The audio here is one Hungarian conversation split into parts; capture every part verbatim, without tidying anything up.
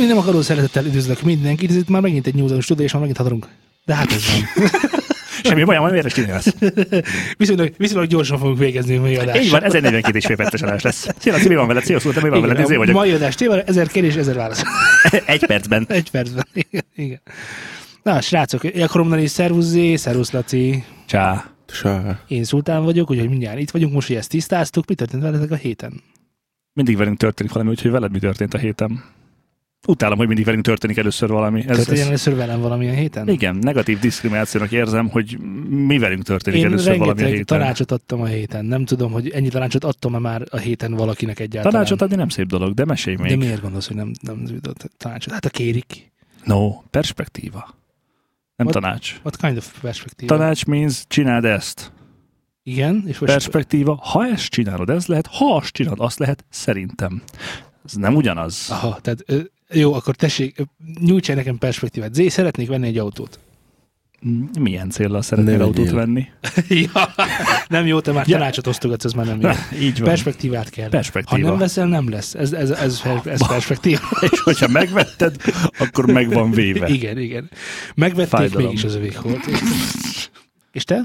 Én nem akaró szeretettel üdvözlök mindenkit, ez itt már megint egy nyúzós stúdió, és már megint hadarunk. De hát ez van. Semmi bajom, majd miért csinálsz? viszonylag, viszonylag gyorsan fogunk végezni a mai adást. Így van, ezernegyvenkét és fél perces adás lesz. Szia, Laci, mi van veled? Szia, Szulta, mi van veled? Én vagyok. A mai adás témára ezer kérdés, ezer válasz. Egy percben. Egy percben, igen. igen. Na, srácok, én akarom mondani, szervuzzé, szervusz, Laci. Csá. Csá. Én Szultán vagyok, úgyhogy mindjárt itt vagyunk, most, hogy ezt tisztáztuk. Mi történt veletek a héten? Mindig velünk történik valami, úgyhogy veled mi történt a héten? Utálom, hogy mindig velünk történik először valami. Ez, történik ez... először velem valamilyen héten? Igen, negatív diszkriminációnak érzem, hogy mi velünk történik én először valami a héten. Én tanácsot adtam a héten. Nem tudom, hogy ennyi tanácsot adtam-e már a héten valakinek egyáltalán. Tanácsot adni nem szép dolog, de mesélj még. De miért gondolsz, hogy nem, nem adott tanácsot? Hát a kérik. No, perspektíva. Nem what, tanács. What kind of perspektíva? Tanács means csináld ezt. Igen. És most perspektíva, ha ezt csinálod, ez lehet, ha azt csinálod, azt lehet, szerintem. Ez nem ugyanaz. Aha, tehát jó, akkor tessék, nyújtsál nekem perspektívát. Zé, szeretnék venni egy autót. Milyen céllal szeretnél ne autót venni? ja, nem jó, te már ja. tanácsot osztogatsz, ez már nem jó. Így van. Perspektívát kell. Perspektíva. Ha nem veszel, nem lesz. Ez, ez, ez, ez perspektíva. És hogyha megvetted, akkor meg van véve. Igen, igen. Megvették, Fájdalom. Mégis az övék volt. És te?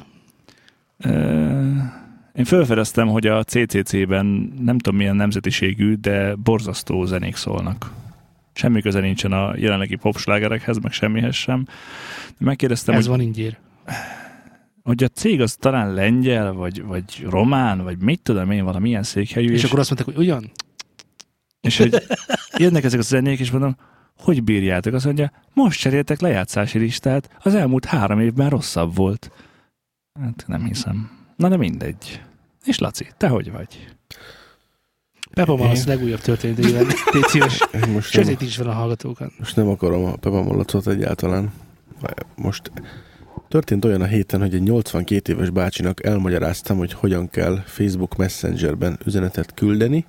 Uh, én felfedeztem, hogy a cé cé cé-ben nem tudom milyen nemzetiségű, de borzasztó zenék szólnak. Semmi köze nincsen a jelenlegi popslágerekhez, meg semmihez sem. Megkérdeztem, ez hogy, van ingyér. Hogy a cég az talán lengyel, vagy, vagy román, vagy mit tudom én, valamilyen székhelyű. És, és akkor azt mondták, hogy ugyan? És hogy jönnek ezek a zenék, és mondom, hogy bírjátok? Azt mondja, most cseréltek lejátszási listát, az elmúlt három évben rosszabb volt. Hát nem hiszem. Na de mindegy. És Laci, te hogy vagy? Pepa Malac legújabb történetében. Tégy szíves. Sötétíts fel a hallgatókat. Most nem akarom a Pepa Malacot egyáltalán. Most történt olyan a héten, hogy egy nyolcvankét éves bácsinak elmagyaráztam, hogy hogyan kell Facebook Messengerben üzenetet küldeni,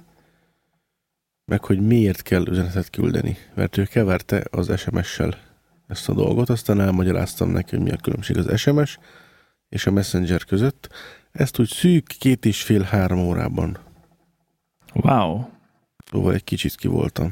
meg hogy miért kell üzenetet küldeni. Mert ő keverte az es em es-sel ezt a dolgot, aztán elmagyaráztam neki, hogy mi a különbség az es em es és a Messenger között. Ezt úgy szűk két és fél-három órában. Wow. Szóval egy kicsit ki voltam.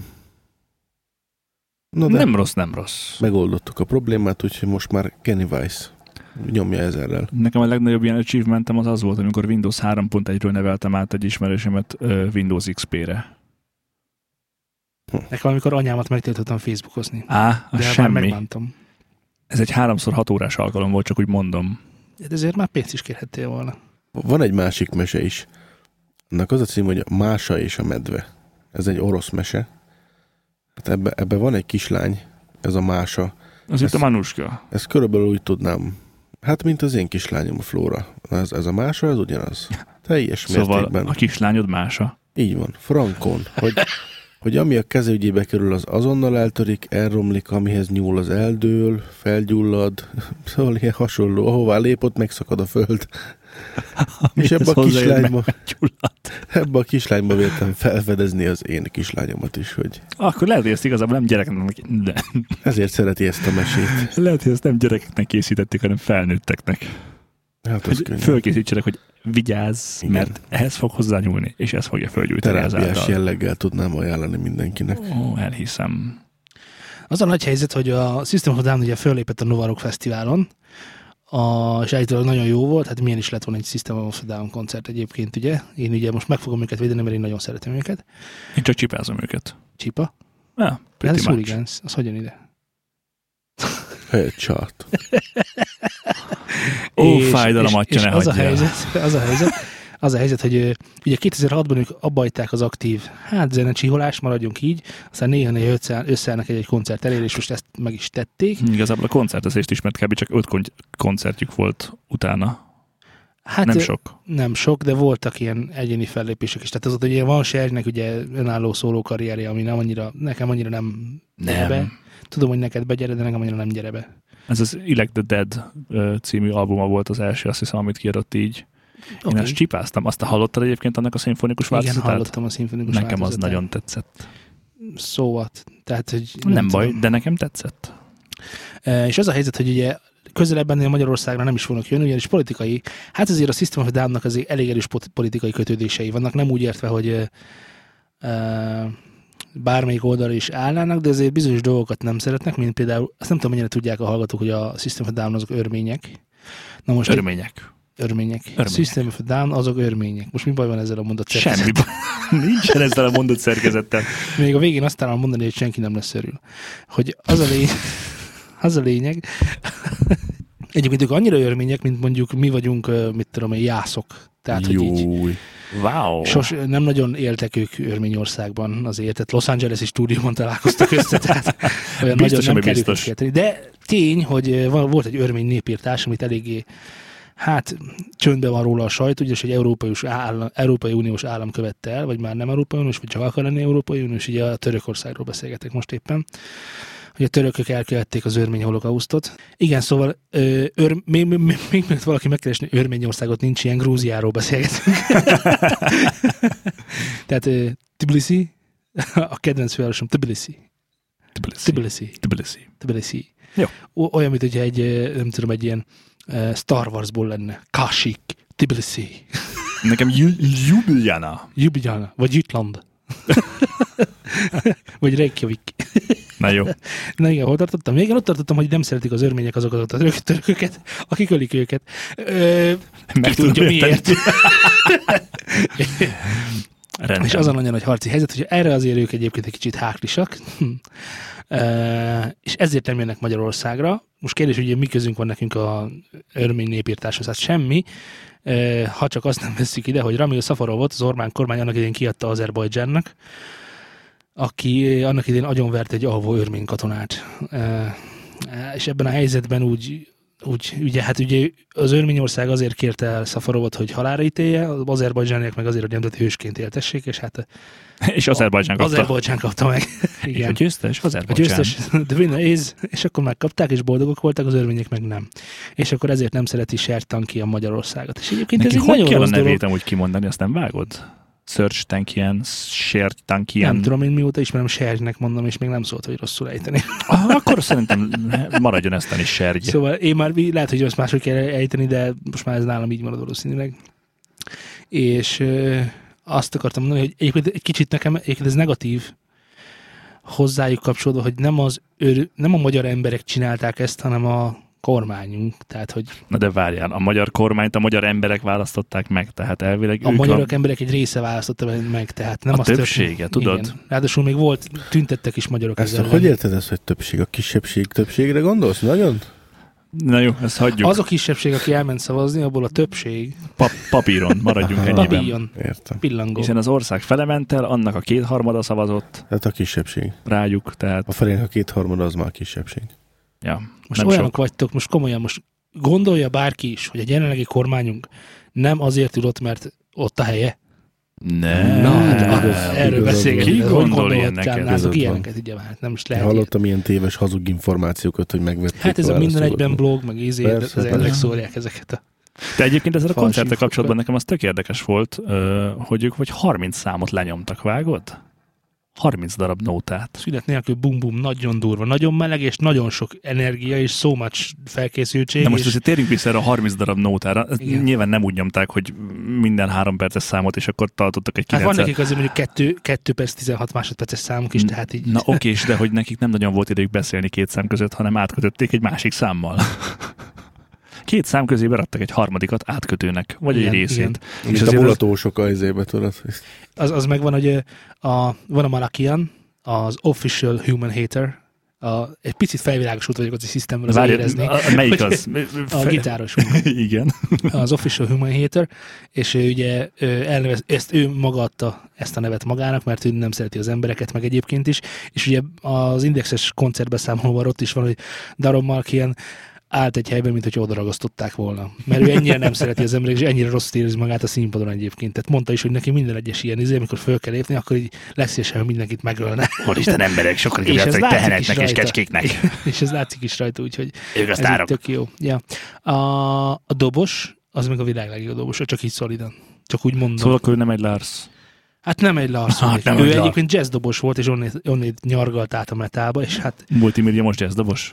Na nem rossz, nem rossz. Megoldottuk a problémát, úgyhogy most már Kenny Weiss nyomja ezerrel. Nekem a legnagyobb ilyen achievementem az az volt, amikor Windows három pont egyről neveltem át egy ismerősemet uh, Windows iksz pé-re. Hm. Nekem amikor anyámat megtiltottam Facebookozni. Á, de semmi. Már megbántam. Ez egy háromszor hat órás alkalom volt, csak úgy mondom. De ezért már pénzt is kérhettél volna. Van egy másik mese is. Annak az a cím, hogy Mása és a medve. Ez egy orosz mese. Hát ebbe, ebbe van egy kislány, ez a Mása. Az itt a Manuska. Ezt körülbelül úgy tudnám. Hát, mint az én kislányom, a Flóra. Ez, ez a Mása, ez ugyanaz. Teljes szóval mértékben. A kislányod Mása. Így van, frankon. Hogy, hogy ami a kezügyébe kerül, az azonnal eltörik, elromlik, amihez nyúl, az eldől, felgyullad. Szóval ilyen hasonló. Ahová lépott, megszakad a föld. És ebbe a kislányba ebbe a kislányba véltem felfedezni az én kislányomat is, hogy... Akkor lehet, hogy ezt igazából nem gyerekeknek... De... Ezért szereti ezt a mesét. Lehet, hogy ezt nem gyerekeknek készítették, hanem felnőtteknek. Hát hogy fölkészítsenek, hogy vigyázz, igen, mert ehhez fog hozzányúlni, és ez fogja fölgyújtani ezáltal. Terápiás jelleggel tudnám ajánlani mindenkinek. Ó, elhiszem. Az a nagy helyzet, hogy a System of a Down ugye föllépett a Nova Rock Fesztiválon, A, és állítólag nagyon jó volt, hát milyen is lett volna egy System of a Down koncert egyébként, ugye? Én ugye most meg fogom őket védeni, mert én nagyon szeretem őket. Én csak csipázom őket. Csipa? Ja, ez Hooligans, az hogyan ide? Headshot. Ó, fájdalom, atya, ne az a helyzet, az a helyzet, az a helyzet, hogy ugye kétezer-hatban ők abba hagyták az aktív, hát zenecsiholást, maradjunk így, aztán néha-néha összeállnak egy-egy koncert elé, és most ezt meg is tették. Igazából a koncertezést is, mert kb. Csak öt koncertjük volt utána. Hát nem sok. Nem sok, de voltak ilyen egyéni fellépések is. Tehát az ott, hogy van Serge-nek ugye önálló szóló karrierje, ami nem annyira, nekem annyira nem, nem. Be. Tudom, hogy neked begyere, de nekem annyira nem gyere be. Ez az Elect the Dead című albuma volt az első, azt hiszem, amit kiadott így. Okay. Én ezt csipáztam. Azt hallottad egyébként annak a szimfonikus változatát? Igen, hallottam a szimfonikus nekem változatát. Az nagyon tetszett. So what? Tehát, hogy nem nem baj, de nekem tetszett. E, és az a helyzet, hogy ugye közelebb ennél Magyarországra nem is fognak jönni, ugyanis politikai, hát azért a System of a Down-nak azért elég erős politikai kötődései vannak, nem úgy értve, hogy e, bármelyik oldalra is állnának, de azért bizonyos dolgokat nem szeretnek, mint például, azt nem tudom, mennyire tudják a hallgatók, hogy a System of a Down azok örmények. Na most Örmények. Egy, örmények. Örmények. System of a Down azok örmények. Most mi baj van ezzel a mondat Semmi szerkezettel? baj. Nincsen ezzel a mondat szerkezettel. Még a végén azt talán mondani, hogy senki nem lesz örül. Hogy az a lényeg, az a lényeg egyébként ők annyira örmények, mint mondjuk mi vagyunk, mit tudom én, jászok. Tehát, hogy így Júj. Wow. sos, nem nagyon éltek ők Örményországban azért, tehát Los Angeles-i stúdióban találkoztak össze, tehát olyan Biztos, nagyon nem ami kell biztos. őket kérteni. De tény, hogy van- volt egy örmény népírtás, amit eléggé, hát csöndben van róla a sajt, ugyanis egy Európai, állam, Európai Uniós állam követte el, vagy már nem Európai Uniós, vagy csak akar lenni Európai Uniós, ugye a Törökországról beszélgetek most éppen, hogy a törökök elkövették az örmény holokausztot. Igen, szóval ö, ör, még, még, még, még mielőtt valaki megkeresni Örményországot, nincs ilyen, Grúziáról beszélgetünk. Tehát ö, Tbilisi, a kedvenc fővárosom Tbilisi. Tbilisi. Tbilisi. Tbilisi. Tbilisi. Jó. O- olyan, mint hogyha egy, ö, nem tudom, egy ilyen ö, Star Warsból lenne. Kashyyyk, Tbilisi, Nekem Ju- Ljubljana. Ljubljana, vagy Jütland. Vagy Reykjavik. Na jó. Na igen, hol tartottam? Még ott tartottam, hogy nem szeretik az örmények azokat a török- törököket, akik ölik őket. Ö, Meg ki tudja tudom miért. érteni. Rendben. És az a nagyon nagy harci helyzet, hogy erre azért ők egyébként egy kicsit háklisak, Ö, és ezért nem jönnek Magyarországra. Most kérdés, hogy mi közünk van nekünk a örmény népírtáshoz? Hát semmi, Ö, ha csak azt nem vesszük ide, hogy Ramil Safarov volt, az Orbán kormány annak idején kiadta Azerbajdzsánnak, aki annak idején agyonvert egy alvó örmény katonát. Ö, És ebben a helyzetben úgy, úgy ugye, hát ugye az Örményország azért kérte el Safarovot, hogy halálra ítélje, az azerbajdzsániak meg azért, hogy nemzeti hősként éltessék, és hát És Azerbajdzsán kapta. Azerbajdzsán kapta meg. És Igen. a győztes A Azerbajdzsán. győztes, the winner is, és akkor megkapták, és boldogok voltak, az örmények meg nem. És akkor ezért nem szereti Sertanki a Magyarországot. És egyébként Neki ez egy hogy nagyon kell a rossz dolog. nevét amúgy kimondani, azt nem vágod? Search Tankian, Share Tankian. Nem tudom, én mióta ismerem Sergynek mondom, és még nem szólt, hogy rosszul ejteni. Ah, akkor szerintem maradjon ezt is Sergy. Szóval én már lehet, hogy azt máshogy kell ejteni, de most már ez nálam így marad valószínűleg. És ö, azt akartam mondani, hogy egyébként egy kicsit nekem egyébként ez negatív hozzájuk kapcsolódva, hogy nem, az ör, nem a magyar emberek csinálták ezt, hanem a kormányunk. Tehát, hogy Na de várjál, a magyar kormányt a magyar emberek választották meg, tehát elvileg a ők magyarok a... emberek egy része választotta meg, tehát nem A az többsége, több... tudod? Igen. Ráadásul még volt, tüntettek is magyarok Ezt ezzel. hogy érted ezt, hogy többség? A kisebbség többségre gondolsz? Nagyon? Na jó, ezt hagyjuk. Az a kisebbség, aki elment szavazni, abból a többség Pa- papíron maradjunk ennyiben. papíjon, Értem. pillangó. Hiszen az ország felement el, annak a kétharmada szavazott Tehát a kisebbség. rájuk, tehát A felének a kétharmada az már a kisebbség. ja, Most nem olyanok sok. vagytok, most komolyan, most gondolja bárki is, hogy a jelenlegi kormányunk nem azért ült, mert ott a helye. Nem. Na, hát igaz, ah, erről igazad beszélgetünk. Ki Hogy gondol gondolhatjál ilyeneket? náluk Igazad van. ilyeneket, ugye, hát nem is Én lehet. ilyet. hallottam ilyen téves hazug információkat, hogy megvették Hát ez a minden választókat. egyben blog, meg ízé, Persze, az emberek persze. szórják ezeket a... De egyébként ezzel a Fals koncerttel infokat. kapcsolatban nekem az tök érdekes volt, ö, hogy ők vagy harminc számot lenyomtak, vágod? harminc darab nótát. Szület nélkül bum-bum, nagyon durva, nagyon meleg, és nagyon sok energia, és so much felkészültség. De most és... azért térjünk vissza erre a harminc darab nótára. Ezt Igen. nyilván nem úgy nyomták, hogy minden három perces számot, és akkor tartottak egy Hát van kilencet. nekik azért mondjuk kettő, kettő perc, tizenhat másodperces számuk is, tehát így... Na okés, de hogy nekik nem nagyon volt idejük beszélni két szám között, hanem átkötötték egy másik számmal. Két szám közé beraktak egy harmadikat átkötőnek, vagy Igen, egy részét. igen. Mint És a azért az, mulatósok a izébe, tudod? hogy- Az, az megvan, hogy ö, a, van a Malakian, az Official Human Hater, a, egy picit felvilágosult vagyok az a Systemről, az várj, érezni. a, a, melyik Hogy- az? A gitáros. Igen. Az Official Human Hater, és ő ugye ő elnevez, ezt ő maga adta ezt a nevet magának, mert ő nem szereti az embereket, meg egyébként is, és ugye az Indexes koncertbeszámolóban ott is van, hogy Daron Malakian állt egy helyben, mint hogy oda ragasztották volna. Mert ő ennyire nem szereti az embereket, és ennyire rosszul érzi magát a színpadon egyébként. Tehát mondta is, hogy neki minden egyes ilyen izé, amikor föl kell lépni, akkor így legszívesen mindenkit megölne. Úristen emberek, sokkal És ez kívül látszik teheneknek is és rajta. kecskéknek. És ez látszik is rajta, úgyhogy Ők ez azt így tök jó. Ja. A, a dobos, az meg a világ legjobb dobos, csak így szolidan. Csak úgy mondom. Szóval akkor ő nem egy Lars. Hát nem egy Lars. Hát nem ő egy Lars. egyébként jazzdobos volt, és onnét, onnét nyargalt át a metába, és hát Multimilliómos jazzdobos?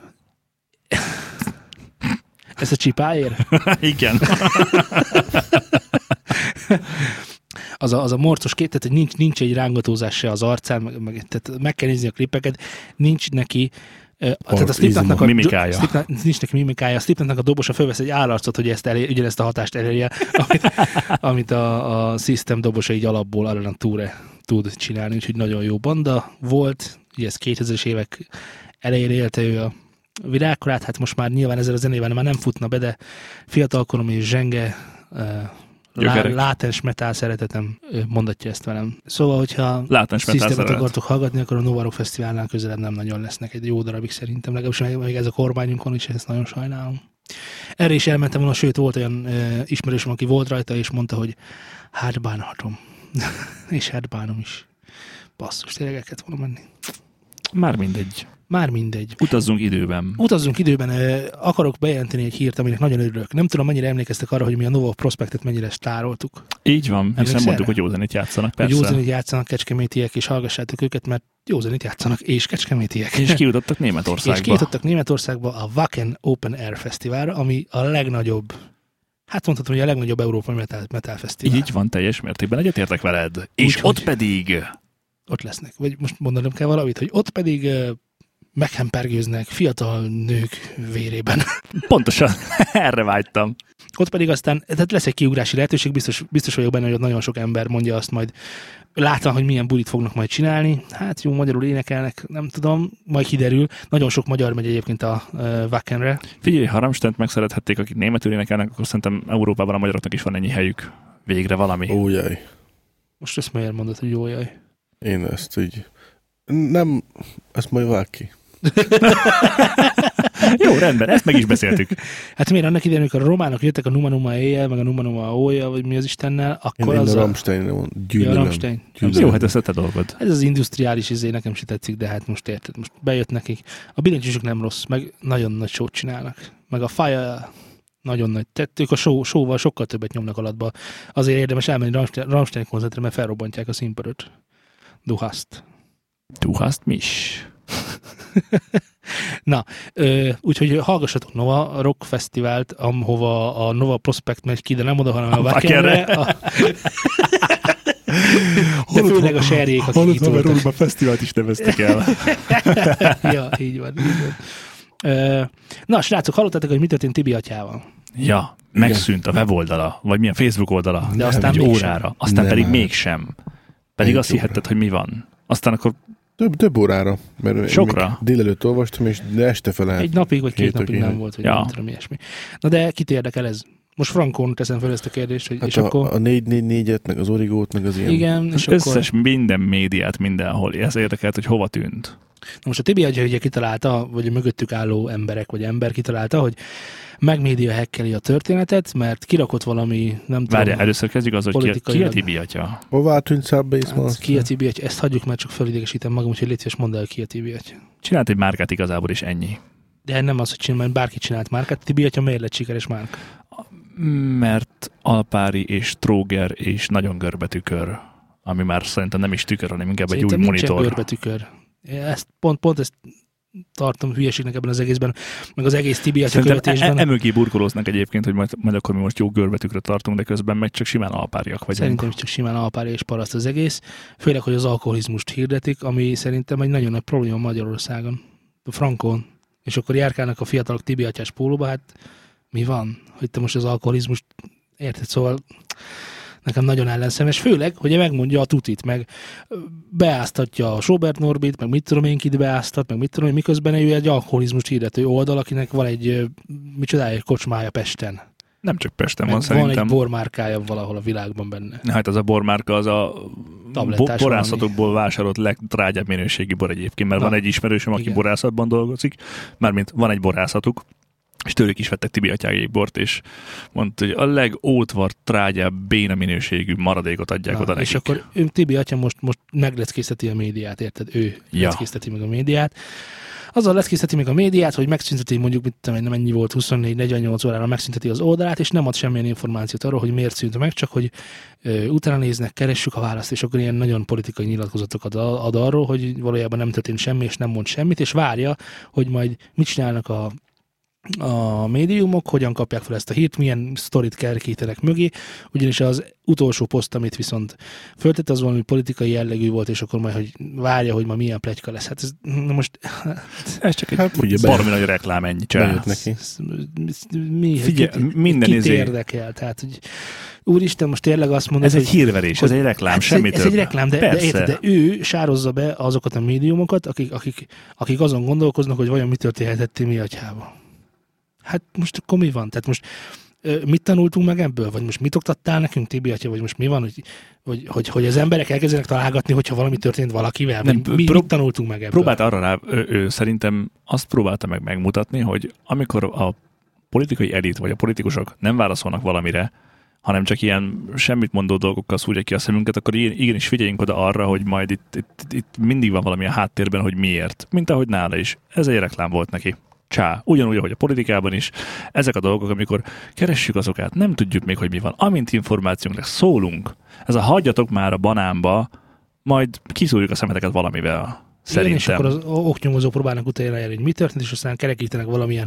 ez a csipáért. Igen. az a, az a morcos kép, tehát nincs, nincs egy rángatózás se az arcán, meg, meg, tehát meg kell nézni a klipeket, nincs neki Uh, tehát a Slipknotnak a mimikája. Slipknot, nincs neki mimikája. A Slipknotnak a dobosa fölvesz egy állarcot, hogy ezt elér, ugyanezt a hatást elérje, amit, amit a, a System dobosa így alapból arra a túre tud csinálni, úgyhogy nagyon jó banda volt, ugye ez kétezres évek elején élte ő a virágkorát, hát most már nyilván ezzel a zenével már nem futna be, de fiatalkorom és zsenge uh, látens metal szeretetem mondatja ezt velem. Szóval, hogyha Systemet akartok hallgatni, akkor a Nova Rock Fesztiválnál közelebb nem nagyon lesznek egy jó darabig szerintem, legalábbis még ez a kormányunkon is, ezt nagyon sajnálom. Erre is elmentem volna, sőt volt olyan uh, ismerősöm, aki volt rajta, és mondta, hogy hát bánhatom. És hát bánom is. Basszus, tényleg el kellett volna menni. Már mindegy. Már mindegy. Utazzunk időben. Utazzunk időben. Akarok bejelenteni egy hírt, aminek nagyon örülök. Nem tudom, mennyire emlékeztek arra, hogy mi a Nova Prospectet mennyire sztároltuk. Így van, hiszen mondtuk, hogy jó zenét játszanak, persze. Hogy jó zenét játszanak kecskemétiek, és hallgassátok őket, mert jó zenét játszanak, és kecskemétiek. És kijutottak Németországba. És kijutottak Németországba a Wacken Open Air Fesztiválra, ami a legnagyobb, hát mondhatom, hogy a legnagyobb európai metal, metal fesztivál. Így van, teljes mértékben egyetértek veled. Úgy, és ott hogy... pedig... Ott lesznek. Vagy most mondanom kell valamit, hogy ott pedig uh, meghempergőznek fiatal nők vérében. Pontosan, erre vágytam. Ott pedig aztán, tehát lesz egy kiugrási lehetőség, biztos, biztos vagyok benne, hogy ott nagyon sok ember mondja azt majd, látva, hogy milyen bulit fognak majd csinálni. Hát jó, magyarul énekelnek, nem tudom, majd kiderül. Nagyon sok magyar megy egyébként a uh, Wackenre. Figyelj, ha Rammsteint megszerethették, akik németül énekelnek, akkor szerintem Európában a magyaroknak is van ennyi helyük. Végre valami. Ó, jaj. Most ezt miért mondod, hogy jó jaj? Én ezt így... Nem, ezt majd vág ki. Jó, rendben, ezt meg is beszéltük. Hát miért annak idején, amikor a románok jöttek a Numa Numa éjjel, meg a Numa Numa ója, vagy mi az Istennel, akkor én az én a... a... Rammstein gyűlölöm. Ja, Rammstein. Jó, hát ez a te dolgod. Ez az industriális izé nekem se tetszik, de hát most érted, most bejött nekik. A billentyűsök nem rossz, meg nagyon nagy sót csinálnak. Meg a Fire nagyon nagy. Tehát ők a show, showval sokkal többet nyomnak alatba. Azért érdemes elmenni Rammstein, Rammstein koncertre, mert felrobbantják a színpadot. Du hast. Du hast mich. Na, úgyhogy hallgassatok Nova Rock Fesztivált, ahova a Nova Prospect megy ki, de nem oda, hanem a, a Wackenre. A... De főleg a serjék, akik itt voltak. Hallott, a fesztivált is neveztek el. Ja, így van. Így van. Na, srácok, hallottátok, hogy mi történt Tibi atyával? Ja, megszűnt a weboldala, vagy milyen Facebook oldala, de aztán egy órára, aztán nem pedig áll. mégsem. Pedig azt hihetted, hogy mi van. Aztán akkor Több, több órára. Mert sokra. Délelőtt olvastam, és de este fel Egy napig, vagy két napig nem én. volt, hogy ja. nem tudom, ilyesmi. Na de kit érdekel ez? Most frankon teszem fel ezt a kérdést, hogy Hát és a, akkor... a négy négy négyet, meg az Origót, meg az ilyen... Igen, és az akkor... összes minden médiát mindenhol. Ez érdekelt, hogy hova tűnt. Na most a Tibi ugye kitalálta, vagy a mögöttük álló emberek, vagy ember kitalálta, hogy megmédia hackeli a történetet, mert kirakott valami, nem tudom... Várjál, először kezdjük az, hogy ki, ki a Tibi atya? Hová tűnt Subbase hát, ki a Tibi atya? Ezt hagyjuk, mert csak felidegesítem magam, úgyhogy légy szíves, mondd el, ki a Tibi atya. Csinált egy márkát igazából is ennyi. De nem az, hogy csinál, mert bárki csinált márkát. Tibi atya miért lett sikeres márka? Mert alpári és tróger és nagyon görbetükör, ami már szerintem nem is tükör, hanem inkább Szerintem egy új monitor. Szerintem görbetükör. Ezt, pont, pont ezt tartom hülyeségnek ebben az egészben, meg az egész Tibi atya követésben. Emögé burkolóznak egyébként, hogy majd, majd akkor mi most jó görbetükre tartunk, de közben meg csak simán alpáriak vagyunk. Szerintem is csak simán alpári és paraszt az egész. Főleg, hogy az alkoholizmust hirdetik, ami szerintem egy nagyon nagy probléma Magyarországon. A frankon. És akkor járkálnak a fiatalok Tibi atyás pólóba, hát mi van? Hogy te most az alkoholizmust érted? Szóval nekem nagyon ellenszemes, főleg, hogy megmondja a tutit, meg beáztatja a Sobert Norbit, meg mit tudom én kit beáztat, meg mit tudom én, miközben ő egy alkoholizmust hirdető oldal, akinek van egy, micsoda, egy kocsmája Pesten. Nem csak Pesten meg van szerintem. Van egy bormárkája valahol a világban benne. Hát az a bormárka, az a bo- borászatokból vásárolt legdrágyább minőségi bor egyébként, mert Na, van egy ismerősöm, aki igen. borászatban dolgozik, mármint van egy borászatuk, és tőlük is vettek Tibi atyáig bort, és mondta, hogy a legótvar, trágyább, béna minőségű maradékot adják Na, oda nekik. És akkor ő, Tibi atya most, most megleckészteti a médiát, érted? Ő ja. leckészteti meg a médiát. Azzal leckészteti meg a médiát, hogy megszünteti mondjuk, mit tudom én, nem ennyi volt, huszonnégy negyvennyolc órára megszünteti az oldalát, és nem ad semmilyen információt arról, hogy miért szűnt meg, csak hogy ö, utána néznek, keressük a választ, és akkor ilyen nagyon politikai nyilatkozatokat ad arról, hogy valójában nem történt semmi, és nem mond semmit, és várja, hogy majd mit csinálnak a a médiumok, hogyan kapják fel ezt a hírt, milyen sztorit kerekítenek mögé, ugyanis az utolsó poszt, amit viszont föltette, az valami politikai jellegű volt, és akkor majd, hogy várja, hogy ma milyen pletyka lesz. Hát ez most... Ez csak egy Hát ugye baromi nagy reklám, ennyi bejött csá. neki. Mi, Figyelj, kit, minden kit izé- érdekel? Tehát, hogy úristen, most tényleg azt mondod, Ez egy hogy... hírverés, ez egy reklám, Hát semmi ez, egy, több. ez egy reklám, de, de, Persze. érted, de ő sározza be azokat a médiumokat, akik, akik, akik azon gondolkoznak, hogy vajon mi történhetett mi atyába. Hát most akkor mi van? Tehát most ö, mit tanultunk meg ebből? Vagy most mit oktattál nekünk, Tibi atya? Vagy most mi van, hogy, hogy, hogy, hogy az emberek elkezdenek találgatni, hogyha valami történt valakivel? Vagy Nem, mi, prób- mit tanultunk meg ebből? Próbált arra rá, ő, ő szerintem azt próbálta meg megmutatni, hogy amikor a politikai elit vagy a politikusok nem válaszolnak valamire, hanem csak ilyen semmit mondó dolgokkal szúrják ki a szemünket, akkor igenis figyeljünk oda arra, hogy majd itt, itt, itt mindig van valami a háttérben, hogy miért. Mint ahogy nála is. Ez egy reklám volt neki. Csá. Ugyanúgy, ahogy a politikában is. Ezek a dolgok, amikor keressük azokat, nem tudjuk még, hogy mi van. Amint információnk lesz, szólunk. Ez a hagyjatok már a banánba, majd kiszúrjuk a szemeteket valamivel. Szerintem. Igen, és akkor az oknyomozó próbálnak utána járni, hogy mi történt, és aztán kerekítenek valamilyen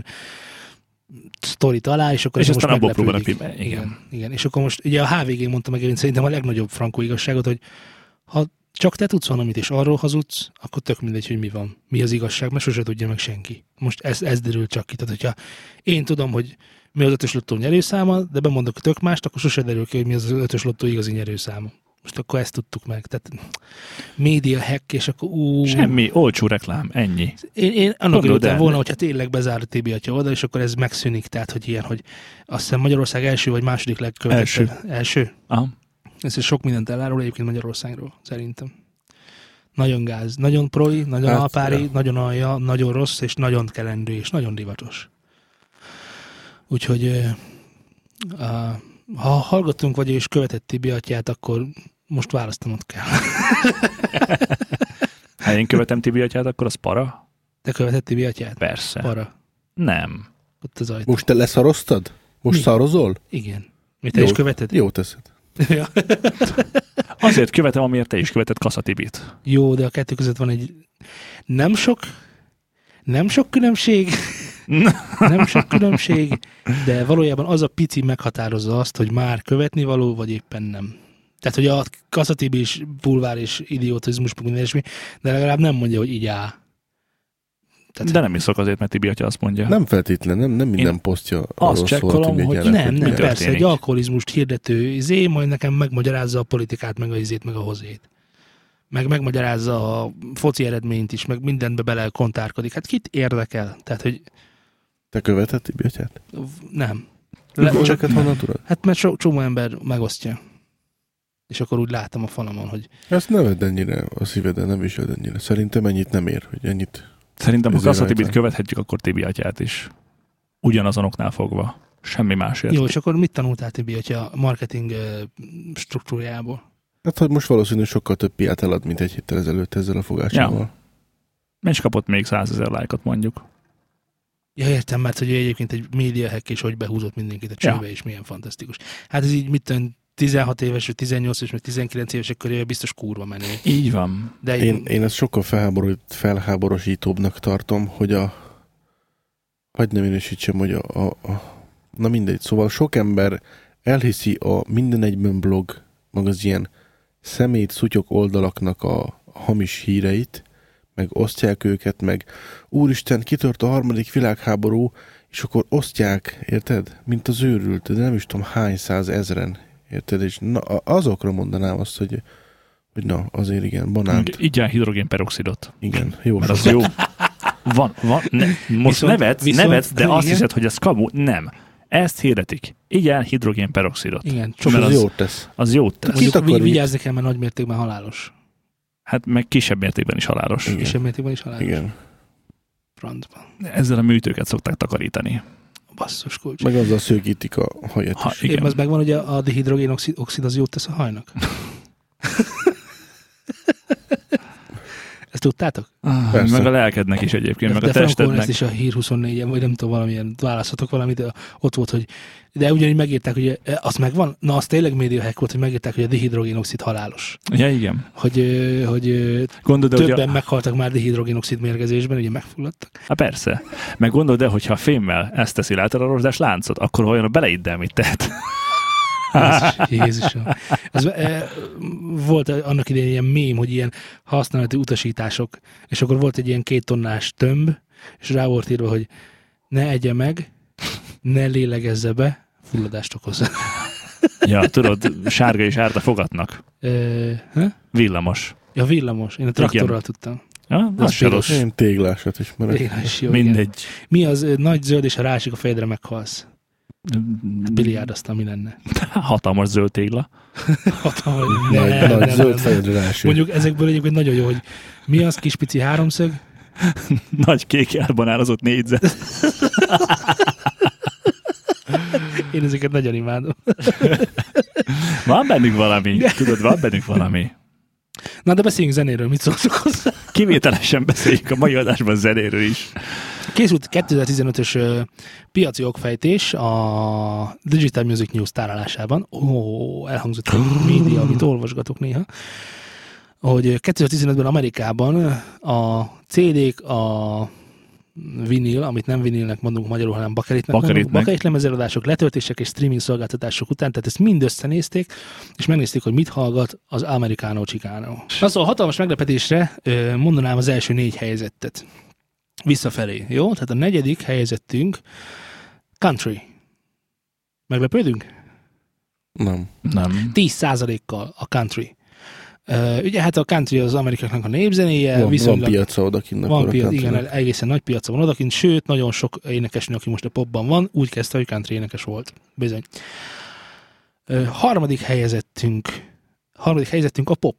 sztorit alá, és akkor És ez aztán most abból meglepődik. próbálnak ki- igen. igen. Igen, és akkor most ugye a há vé gé mondta meg én szerintem a legnagyobb frankó igazságot, hogy ha csak te tudsz valamit, és arról hazudsz, akkor tök mindegy, hogy mi van. Mi az igazság, mert sose tudja meg senki. Most ez, ez derül csak ki. Tehát, hogyha én tudom, hogy mi az ötös lottó nyerőszáma, de bemondok tök mást, akkor sose derül ki, hogy mi az az ötös lottó igazi nyerőszáma. Most akkor ezt tudtuk meg. Tehát média hack, és akkor ú... Semmi, olcsó reklám, ennyi. Én, én annak Gondolod örültem el. volna, hogyha tényleg bezár a té bé atya oldal, és akkor ez megszűnik. Tehát, hogy ilyen, hogy azt hiszem Magyarország első vagy második legkövetettebb. Első. Első. Aha. Ez sok mindent elárul egyébként Magyarországról, szerintem. Nagyon gáz, nagyon proi, nagyon Hát, alpári, ja. nagyon alja, nagyon rossz, és nagyon kelendő, és nagyon divatos. Úgyhogy ö, a, ha hallgatunk vagy és követett Tibi atyát, akkor most választanod kell. Ha én követem Tibi atyát, akkor az para? Te követett Tibi atyát? Persze. Para. Nem. Ott az ajtó. Most te leszaroztad? Most Mi? szarozol? Igen. Mi te Jó. is követed? Jó teszed. Ja. Azért követem, amiért te is követed Kassa Tibit. Jó, de a kettő között van egy nem sok, nem sok különbség, nem sok különbség, de valójában az a pici meghatározza azt, hogy már követni való, vagy éppen nem. Tehát, hogy a Kassa Tibi is bulvár és idiotizmus, minden ilyesmi, de legalább nem mondja, hogy így áll. Tehát, De nem iszok azért, mert Tibi atya azt mondja. Nem feltétlen, nem, nem minden Én posztja azt arról szól, csekkolom, Tibi hogy atyának, nem, mi nem, mi történik. persze, történik. egy alkoholizmust hirdető izé, majd nekem megmagyarázza a politikát, meg a izét, meg a hozét. Meg megmagyarázza a foci eredményt is, meg mindenbe bele kontárkodik. Hát kit érdekel? Tehát, hogy Te követed Tibi atyát? nem. Le, Le, csak, csak honnan tudod? hát mert so, csomó ember megosztja. És akkor úgy látom a falamon, hogy Ezt ne vedd ennyire a szíveden, nem viseled ennyire. Szerintem ennyit nem ér, hogy ennyit. Szerintem, ha Ezért Kassa Tibit rajta. követhetjük, akkor Tibi atyát is. Ugyanazonoknál fogva. Semmi másért. jó, és akkor mit tanultál, Tibi, hogyha a marketing ö, struktúrájából? Hát, hogy most valószínűleg sokkal több piát elad, mint egy héttel ezelőtt ezzel a fogásával. És kapott még százezer lájkot mondjuk. Ja, értem, mert hogy ő egyébként egy média hack, és hogy behúzott mindenkit a csőbe, és milyen fantasztikus. Hát ez így mit tudom, tizenhat éves, vagy tizennyolc éves, vagy tizenkilenc évesek köré biztos kurva menő. Így van. De Én, én ezt sokkal felháborít, felháborosítóbbnak tartom, hogy a hagyd ne minősítsem, hogy a, a, a na mindegy, szóval sok ember elhiszi a Minden Egyben blog, meg az ilyen szemét szutyok oldalaknak a hamis híreit, meg osztják őket, meg úristen, kitört a harmadik világháború, és akkor osztják, érted? Mint az őrült, de nem is tudom hány száz ezren, érted? És na, azokra mondanám azt, hogy, hogy na, azért igen, banánt, Így áll hidrogénperoxidot. igen, jó. Mert az jó. Van, van. Ne, most Viszont- nevetsz, viszont- nevetsz, de azt igen. hiszed, hogy ez kamu. Nem. Ezt hirdetik. Így áll hidrogénperoxidot. igen, Csak csak mert az az- jót tesz. Az jót tesz. Kit mondjuk akar vi- vi- vigyázni kell, mert nagy mértékben halálos. Hát meg kisebb mértékben is halálos. Igen. Kisebb mértékben is halálos. Igen. Francban. Ezzel a műtőket szokták takarítani. Basszus kulcs. Meg azzal szőkítik a hajat Ha, is. igen. Én az megvan, hogy a, a dihidrogén oxid, oxid az jót tesz a hajnak. Ezt tudtátok? Ah, Persze. meg a lelkednek is egyébként, meg de a testednek. ezt is a Hír huszonnégyen, vagy nem tudom, valamilyen választhatok valamit, de ott volt, hogy de ugyanígy megírták, hogy az megvan, na az tényleg média hack volt, hogy megírták, hogy a dihidrogénoxid halálos. Ja, igen. Hogy, hogy Gondold, többen hogy a... meghaltak már dihidrogénoxid mérgezésben, ugye megfulladtak. Hát persze. Meg gondold el, hogyha a fémmel ezt teszi le a rozsdás láncot, akkor olyan beleidd el, mit tehet. Jézus, Jézusom. Az, e, volt annak idején ilyen mém, hogy ilyen használati utasítások, és akkor volt egy ilyen két tonnás tömb, és rá volt írva, hogy ne egye meg, ne lélegezze be, fulladást okoz. Ja, tudod, sárga és árta fogatnak. E, ha? Villamos. Ja, villamos. Én a traktorral igen. tudtam. Ja, az se rossz. Én téglásat ismerek. Tényleg jó, Mindegy. igen. Mi az nagy zöld, és ha rásik a fejedre, meghalsz? Biliárd, aztán mi lenne? Hatalmas zöld tégla. Hatalmas. Nagy, Ne, nagy ne, zöld ne, fejedre rásik. Mondjuk ezekből egyébként nagyon jó, hogy mi az kis pici háromszög? Nagy kék elbanározott négyzet. Én ezeket nagyon imádom. Van bennünk valami. Tudod, van bennünk valami. Na, de beszéljünk zenéről, mit szóltok hozzá? Kivételesen beszéljük a mai adásban zenéről is. Készült kétezer-tizenötös uh, piaci okfejtés a Digital Music News tárolásában. Ó, elhangzott a média, amit olvasgatok néha. Hogy kétezer-tizenötben Amerikában a cé dé-k, a vinil, amit nem vinilnek mondunk magyarul, hanem bakeritnek mondunk, bakerit lemezeladások, letöltések és streaming szolgáltatások után, tehát ezt mind összenézték, és megnézték, hogy mit hallgat az Americano Chicano. Na szóval hatalmas meglepetésre mondanám az első négy helyezettet. Visszafelé, jó? Tehát a negyedik helyezettünk country. Meglepődünk? Nem. Nem. tíz százalékkal a country. Uh, ugye hát a country az amerikáknak a népzenéje. Van, viszonylag, van piaca odakint. Van piac, igen, egészen nagy piaca van odakint, sőt, nagyon sok énekesnő, aki most a popban van, úgy kezdte, hogy country énekes volt. Bizony. Uh, harmadik helyezettünk, harmadik helyezettünk a pop.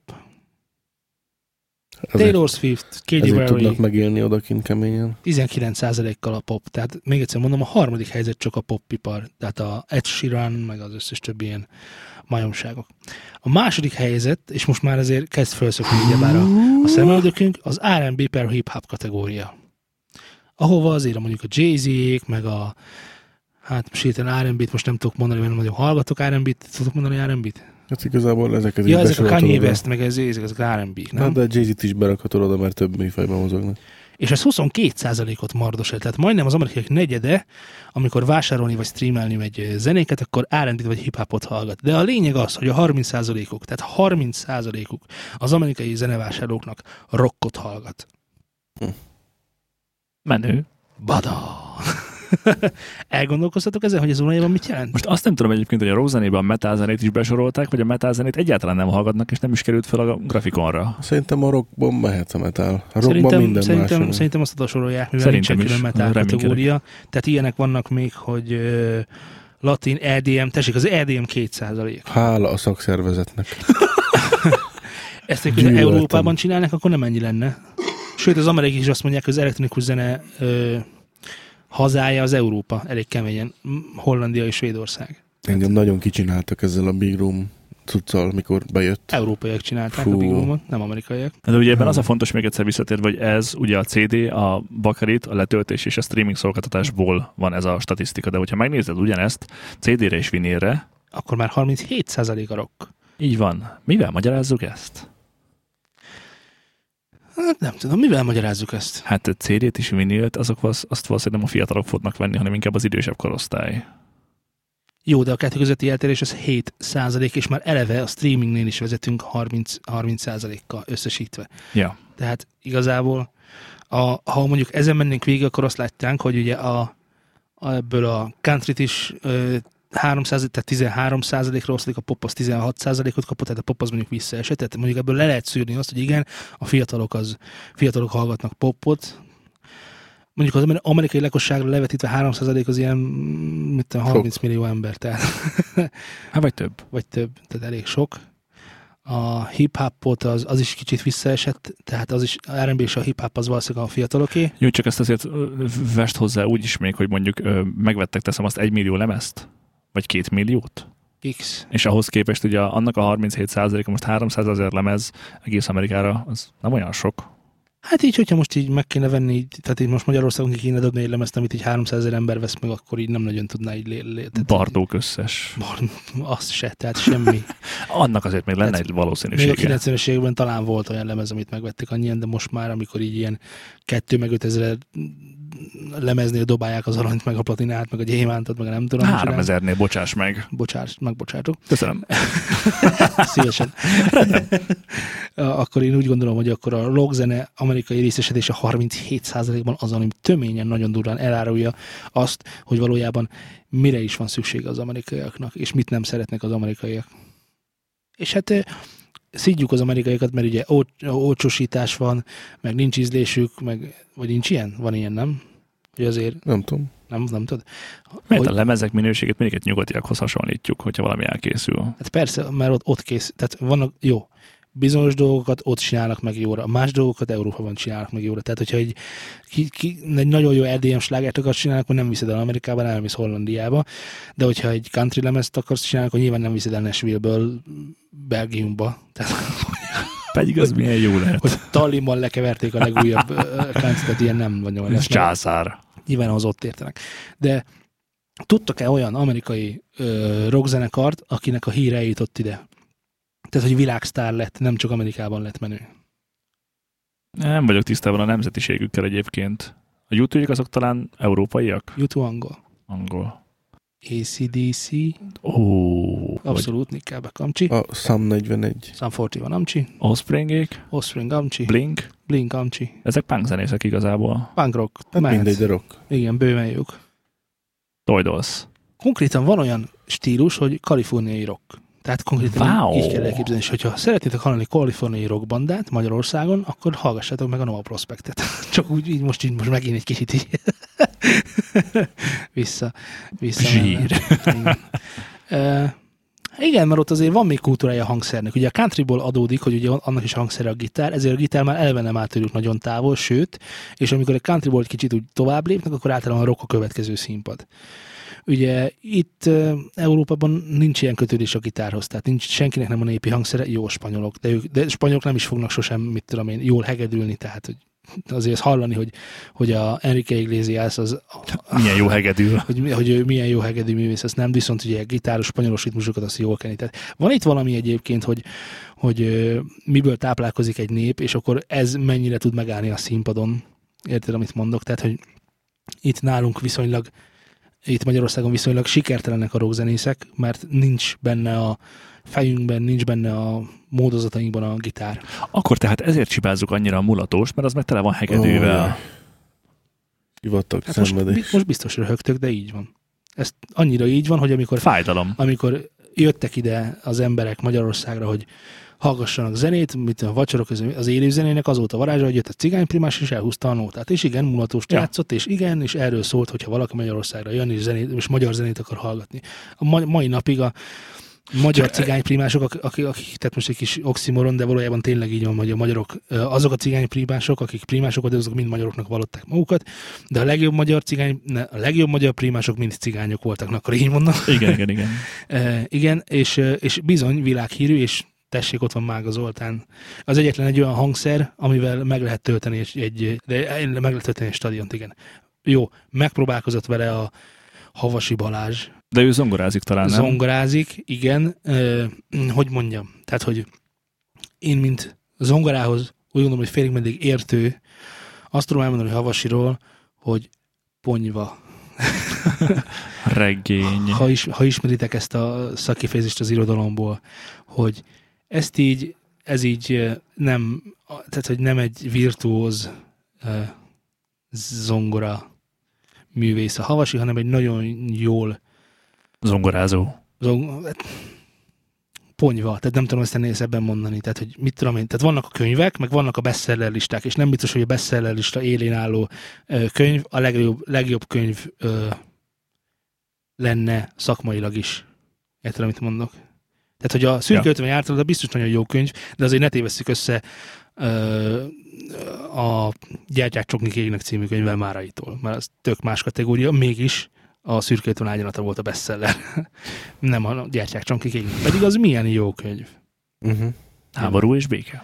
Ezért, Taylor Swift, Katy ezért tudnak Perry, megélni odakint keményen. tizenkilenc százalékkal a pop. Tehát még egyszer mondom, a harmadik helyzet csak a popipar. Tehát a Ed Sheeran, meg az összes többi ilyen majomságok. A második helyzet, és most már azért kezd felszökni ugyebár a, a szemöldökünk, az er and bé per hip-hop kategória. Ahova azért mondjuk a Jay-Z-ék, meg a hát most hirtelen er and bé-t most nem tudok mondani, mert nem nagyon hallgatok er and bé-t. Tudok mondani er and bé-t? Hát igazából ezeket Ja, is ezek a Kanye besoroltad West, meg ez, ezek az er and bé-k, oda. nem? Na, de Jay-Z-t is berakhatod oda, mert több műfajban mozognak. És ez huszonkét százalékot mardosol, tehát majdnem az amerikaiak negyede, amikor vásárolni vagy streamelni megy zenéket, akkor er and bé-t vagy hip-hopot hallgat. De a lényeg az, hogy a harminc százalékuk, tehát harminc százalékuk az amerikai zenevásárlóknak rockot hallgat. Hm. Menő. Bada! Elgondolkoztatok ezen, hogy ez valójában mit jelent? Most azt nem tudom egyébként, hogy a rock zenében a metal zenét is besorolták, vagy a metal zenét egyáltalán nem hallgatnak, és nem is került fel a grafikonra. Szerintem a rockban mehet a metal. A rockban Szerintem, minden szerintem, más. szerintem azt oda sorolják, mivel Szerintem nincsen külön is. metal Reménykedek. kategória. Tehát ilyenek vannak még, hogy uh, latin, é dé em, tessék, az é dé em két százalék. Hála a szakszervezetnek. Ezt egy Gyűlöltem. Európában csinálnak, akkor nem ennyi lenne. Sőt, az amerikai is azt mondják, hogy az elektronikus zene ö, hazája az Európa, elég keményen. Hollandia és Svédország. Engem nagyon kicsináltak ezzel a Big Room cuccal, mikor bejött. Európaiak csinálták Fú. a Big Room-ot, nem amerikaiak. De ugye ebben Hmm. az a fontos még egyszer visszatérve, hogy ez ugye a cé dé, a bakerit, a letöltés és a streaming szolgáltatásból van ez a statisztika, de hogyha megnézed ugyanezt cé dére és vinilre, Akkor már harminchét százalék a rock. így van. Mivel magyarázzuk ezt? Hát nem tudom, mivel magyarázzuk ezt? Hát cé dét és vinilt, azok az, azt valószínűleg nem a fiatalok fognak venni, hanem inkább az idősebb korosztály. Jó, de a kettő közötti eltérés az hét százalék, és már eleve a streamingnél is vezetünk harminc százalékkal összesítve. Ja. Tehát igazából, a, ha mondjuk ezen mennénk végig, akkor azt látják, hogy ugye a, a ebből a countryt is ö, három százalék, tehát tizenhárom százalékra oszlik, a pop az tizenhat százalékot kapott, tehát a pop az mondjuk visszaesett, tehát mondjuk ebből le lehet szűrni azt, hogy igen, a fiatalok, az, fiatalok hallgatnak popot, mondjuk az amerikai lakosságra levetítve három százalék az ilyen mit tudom, harminc millió ember, tehát Hát vagy több. vagy több, tehát elég sok. A hip-hopot az, az is kicsit visszaesett, tehát az is, a er and bé és a hip-hop az valószínűleg a fiataloké. Jó, csak ezt azért ö, vest hozzá úgy is még, hogy mondjuk ö, megvettek, teszem azt egy millió lemezt, vagy két milliót, X. és ahhoz képest ugye annak a harminchét százaléka most háromszázezer lemez egész Amerikára, az nem olyan sok. Hát így, hogyha most így meg kéne venni, így, tehát így most Magyarországon ki kéne dobni egy lemezt, amit így háromszázezer ember vesz meg, akkor így nem nagyon tudná így lé... lé Bardók összes. Bar, azt se, tehát semmi. Annak azért még lenne tehát, egy valószínűsége. Még a kilencvenes években talán volt olyan lemez, amit megvették annyian, de most már, amikor így ilyen kettő meg ötezer lemeznél dobálják az aranyt, meg a platinát, meg a gyémántot, meg a nem tudom. háromezernél bocsáss meg. Bocsáss, megbocsátok. Köszönöm. Szívesen. Akkor én úgy gondolom, hogy akkor a rockzene amerikai részesedése harminchét százalékban az, ami töményen nagyon durván elárulja azt, hogy valójában mire is van szüksége az amerikaiaknak, és mit nem szeretnek az amerikaiak. És hát szidjuk az amerikaiakat, mert ugye olcsósítás van, meg nincs ízlésük, meg, vagy nincs ilyen? Van ilyen, nem? Hogy azért... Nem tudom. Nem, nem tudod? Mert hogy... a lemezek minőségét mindig egy nyugatiakhoz hasonlítjuk, hogyha valami elkészül. Hát persze, mert ott, ott kész. Tehát vannak, jó, bizonyos dolgokat ott csinálnak meg jóra, más dolgokat Európában csinálnak meg jóra. Tehát, hogyha egy, ki, ki, egy nagyon jó er dé em slágert akarsz csinálni, akkor nem viszed el Amerikába, nem visz Hollandiába. De hogyha egy country lemezt akarsz csinálni, akkor nyilván nem viszed el Nashville-ből Belgiumba. Tehát, pedig az milyen jó lehet. Hogy Tallinnban lekeverték a legújabb country, tehát ilyen nem nagyon lesz. Ez császár. Nyilván az ott értenek. De tudtak-e olyan amerikai ö, rockzenekart, akinek a híre eljutott ide? Tehát, hogy világsztár lett, nem csak Amerikában lett menő. Nem vagyok tisztában a nemzetiségükkel egyébként. A u kettőjük azok talán európaiak? u kettő angol. Angol. á cé dé cé. Ó. Abszolút, Nick Kábek Amcsi. A Sam negyvenegy. Sam negyvenegy Amcsi. Offspringék. Offspring Amcsi. Blink. Blink Amcsi. Ezek punk zenészek igazából. Punk rock. Hát mehet. mindegy, de rock. Igen, bőven jók. Toy Dolls. Konkrétan van olyan stílus, hogy kaliforniai rock. Tehát konkrétan wow. így kell elképzelni, és hogyha szeretnétek hallani kaliforniai rockbandát Magyarországon, akkor hallgassátok meg a Nova Prospectet. Csak úgy, így most, így most megint egy kicsit így vissza. vissza Zsír. Igen. Uh, igen, mert ott azért van még kultúrája a hangszernek. Ugye a countryból adódik, hogy ugye annak is a hangszere a gitár, ezért a gitár már eleve nem áll tőlük nagyon távol, sőt, és amikor a countryból egy kicsit úgy tovább lépnek, akkor általában a rock a következő színpad. Ugye itt uh, Európában nincs ilyen kötődés a gitárhoz, tehát nincs, senkinek nem a népi hangszere, jó spanyolok, de, ők, de spanyolok nem is fognak sosem, mit tudom én, jól hegedülni, tehát hogy azért hallani, hogy, hogy a Enrique Iglesias az... Milyen jó hegedül. Hogy, hogy ő milyen jó hegedű művész, azt nem, viszont ugye gitáros, spanyolos ritmusokat azt jól kenni. Tehát van itt valami egyébként, hogy, hogy miből táplálkozik egy nép, és akkor ez mennyire tud megállni a színpadon. Érted, amit mondok? Tehát, hogy itt nálunk viszonylag itt Magyarországon viszonylag sikertelenek a rockzenészek, mert nincs benne a fejünkben, nincs benne a módozatainkban a gitár. Akkor tehát ezért csipázzuk annyira a mulatóst, mert az meg tele van hegedűvel. Oh, Hivatag, hát szenvedés. Most, most biztos röhögtök, de így van. Ez annyira így van, hogy amikor, Fájdalom. amikor jöttek ide az emberek Magyarországra, hogy hallgassanak zenét, mint a vacsorok közül, az élő zenének az volt a varázsa, hogy jött a cigányprimás, és elhúzta a nótát. És igen, mulatóst ja. játszott, és igen, és erről szólt, hogyha valaki Magyarországra jön, és, zenét, és magyar zenét akar hallgatni. A ma, mai napig a magyar cigányprimások, akik, akik, tehát most egy kis oximoron, de valójában tényleg így van, hogy a magyarok, azok a cigányprimások, akik primások, azok mind magyaroknak vallották magukat, de a legjobb magyar cigány, ne, a legjobb magyar primások mind cigányok voltak, akkor így mondom. Igen, igen, igen. e, igen, és, és bizony világhírű, és tessék, ott van Mága Zoltán. Az egyetlen egy olyan hangszer, amivel meg lehet tölteni egy, egy de meg lehet tölteni egy stadiont, igen. Jó, megpróbálkozott vele a Havasi Balázs. De ő zongorázik talán, nem? Zongorázik, igen. E, hogy mondjam? Tehát, hogy én, mint zongorához úgy gondolom, hogy félig meddig értő, azt tudom elmondani, hogy Havasiról, hogy ponyva. Regény. Ha, is, ha ismeritek ezt a szakkifejezést az irodalomból, hogy ezt így, ez így nem, tehát, hogy nem egy virtuóz uh, zongora művész a Havasi, hanem egy nagyon jól zongorázó. Zong, ponyva, tehát nem tudom ezt ennél ebben mondani, tehát hogy mit tudom én, tehát vannak a könyvek, meg vannak a bestseller listák, és nem biztos, hogy a bestseller lista élén álló uh, könyv a legjobb, legjobb könyv uh, lenne szakmailag is. Érted, amit mondok? Tehát, hogy a Szürke ötven jártalad, biztos nagyon jó könyv, de azért ne tévesszük össze ö, a Gyertyák Csoknik égnek című könyvvel Máraitól, mert az tök más kategória, mégis a Szürke ötven ágyanata volt a bestseller. Nem a Gyertyák Csoknik égnek. Pedig az milyen jó könyv. Uh-huh. Háború és béke.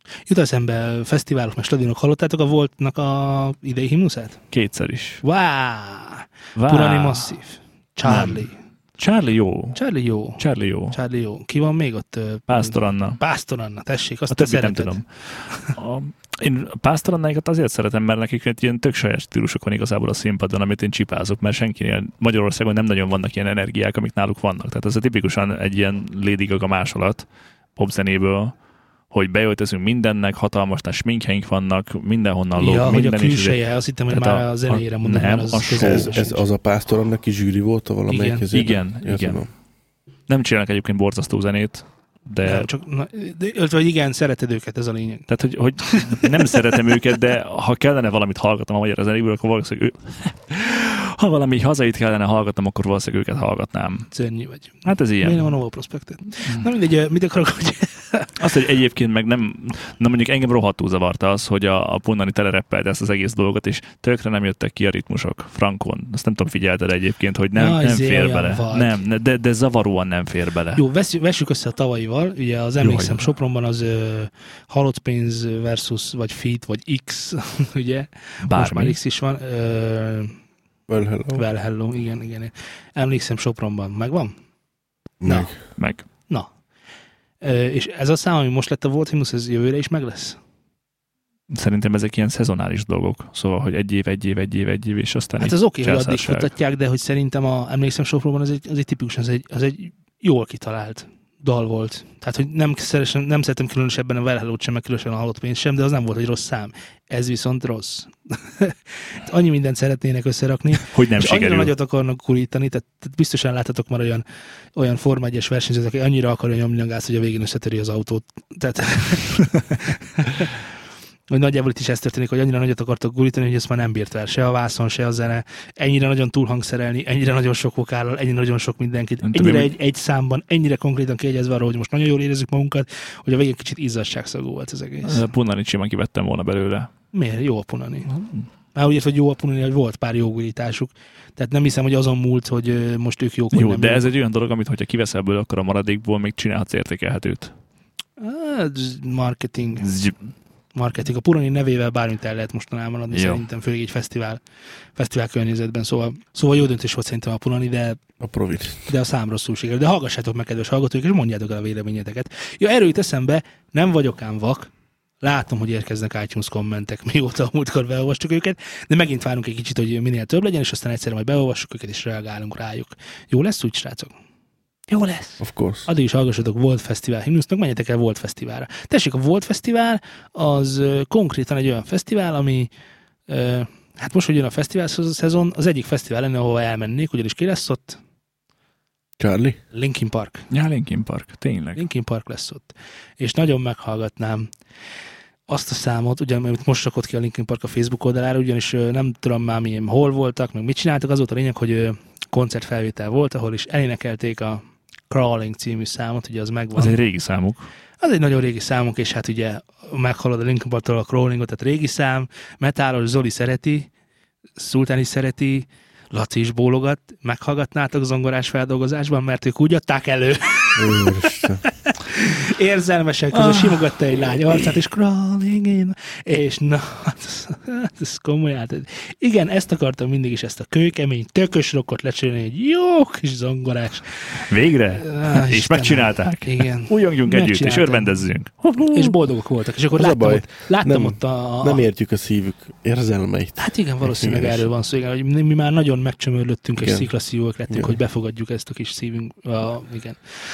Jut eszembe fesztiválok, meg stadionok, hallottátok a Voltnak a idei himnuszát? Kétszer is. Wow! Wow. Purani Massive. Charlie. Nem. Charlie jó. Charlie jó. Charlie jó. Charlie jó. Ki van még ott? Pásztor Anna. Pásztor Anna, tessék, azt A te többit nem szereted. tudom. A, én a Pásztor Annáikat azért szeretem, mert nekik egy ilyen tök saját stílusok van igazából a színpadon, amit én csipázok, mert senkinél Magyarországon nem nagyon vannak ilyen energiák, amik náluk vannak. Tehát ez a tipikusan egy ilyen Lady Gaga másolat popzenéből, hogy beöltözünk mindennek, hatalmas nagy sminkjeink vannak, mindenhonnan lóg, Ja, minden hogy a külseje, azt hittem, hogy Tehát már a- a zenére mondom, nem, mert a az show. Ez, közel- ez az a Pásztor annak is zsűri volt a valamelyik Igen. kezében? Igen, Ja, igen. tudom. Nem csinálnak egyébként borzasztó zenét, de... Nem, csak, na, de, illetve, hogy igen, szereted őket, ez a lényeg. Tehát, hogy, hogy nem szeretem őket, de ha kellene valamit hallgatnom a magyar zenéből, akkor valószínűleg ő... Ha valami hazait kellene hallgatnom, akkor valószínűleg őket hallgatnám. Szörnyű vagy. Hát ez ilyen. Miért nem a Nova Prospectet? Na mindegy, mit akarok, hogy... Azt, hogy egyébként meg nem, na mondjuk engem rohadtul zavarta az, hogy a, a Punani telereppelt ezt az egész dolgot, és tökre nem jöttek ki a ritmusok frankon. Azt nem tudom, figyelted egyébként, hogy nem, Na, nem izé fér olyan bele. vagy. Nem, ne- de, de zavaróan nem fér bele. Jó, veszük, vessük össze a tavalyival. Ugye az emlékszem Jó, Sopronban az uh, halott pénz versus, vagy feat, vagy X, ugye? Most Bármi. már X is van. Uh, Well, hello. well, hello, igen, igen. Emlékszem Sopronban. Megvan? Meg. Meg. Na. Uh, és ez a szám, ami most lett a Volt Himnusz, ez jövőre is meg lesz? Szerintem ezek ilyen szezonális dolgok. Szóval, hogy egy év, egy év, egy év, egy év, és aztán Hát így az oké, hogy addig császárság. futatják, de hogy szerintem a emlékszem Sopronban az egy, az egy tipikusan, az egy, az egy jól kitalált dal volt. Tehát, hogy nem, szeresen, nem szeretem különösebben a Well Hello-t sem, meg különösen a halott pénzt sem, de az nem volt egy rossz szám. Ez viszont rossz. Annyi mindent szeretnének összerakni, Hogy nem és annyira sikerül. nagyot akarnak kurítani, tehát, tehát biztosan láttatok már olyan, olyan Forma egyes versenyzőt, aki annyira akarja nyomni a gáz, hogy a végén összetöri az autót. Tehát, hogy nagyjából itt is ez történik, hogy annyira nagyot akartak gurítani, hogy ezt már nem bírt el. Se a vászon, se a zene. Ennyire nagyon túlhangszerelni, ennyire nagyon sok vokállal, ennyire nagyon sok mindenkit. Nem tudom, Ennyire én- egy, egy számban, ennyire konkrétan kiegyezve arra, hogy most nagyon jól érezzük magunkat, hogy a végén kicsit izzadságszagú volt az egész. Punani simán kivettem volna belőle. Miért? Jó a punani. Már úgy értem, hogy jó a punani, hogy volt pár jó gurításuk. Tehát nem hiszem, hogy azon múlt, hogy ö, most ők jók, vagy Jó, nem de jók. ez egy olyan dolog, amit hogyha kiveszel belőle, akkor a maradékból még csinálhatsz értékelhetőt. Ah, ez marketing. Zzz. Marketing. A Punani nevével bármit el lehet mostanában adni, Jó. szerintem, főleg egy fesztivál, fesztivál környezetben. Szóval, szóval jó döntés volt szerintem a Punani, de, A Provin. de a szám rosszul sikerült. De hallgassátok meg, kedves hallgatók, és mondjátok el a véleményeteket. Ja, erről jut eszembe, nem vagyok ám vak, látom, hogy érkeznek iTunes kommentek, mióta a múltkor beolvastuk őket, de megint várunk egy kicsit, hogy minél több legyen, és aztán egyszerűen majd beolvassuk őket, és reagálunk rájuk. Jó lesz úgy, srácok? Jó lesz. Of course. Addig is hallgassatok Volt Fesztivál himnuszt, meg menjetek el Volt Fesztiválra. Tessék, a Volt Fesztivál az ö, konkrétan egy olyan fesztivál, ami ö, hát most, hogy jön a fesztivál szezon, az egyik fesztivál lenne, ahova elmennék, ugyanis ki lesz ott? Charlie? Linkin Park. Ja, Linkin Park, tényleg. Linkin Park lesz ott. És nagyon meghallgatnám azt a számot, ugye, mert most rakott ki a Linkin Park a Facebook oldalára, ugyanis ö, nem tudom már milyen, hol voltak, meg mit csináltak, az volt a lényeg, hogy ö, koncertfelvétel volt, ahol is elénekelték a Crawling című számot, ugye az megvan. Az egy régi számuk. Az egy nagyon régi számunk, és hát ugye meghallod a Linkin Parktól a Crawlingot, tehát régi szám, metálos Zoli szereti, Szultán is szereti, Laci is bólogat, meghallgatnátok zongorás feldolgozásban, mert ők úgy adták elő. Úristen. Érzelmesek, közben simogatta egy lány arcát, és crawling in, és na, hát ez komoly hát. Igen, ezt akartam mindig is, ezt a kőkemény, tökös rockot lecserélni, egy jó kis zongorás. Végre? Á, És Istenem. megcsinálták. Igen. Újongjunk együtt, és Megcsinálták. örvendezzünk. És boldogok voltak. És akkor Az a láttam, baj, ott, láttam nem- ott a, a... Nem értjük a szívük érzelmeit. Hát igen, valószínűleg Igen. erről van szó, igen, hogy mi mi már nagyon megcsömörlöttünk, és Igen. sziklaszívóak lettünk, Igen. hogy befogadjuk ezt a kis szívünk. A, igen.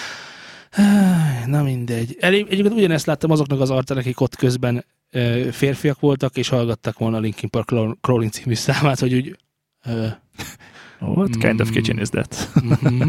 Na mindegy. Elég, egyébként ugyanezt láttam azoknak az arcán, akik ott közben ö, férfiak voltak, és hallgattak volna a Linkin Park Crawling című számát, hogy úgy... Ö, What kind of Mm. kitchen is that? mhm.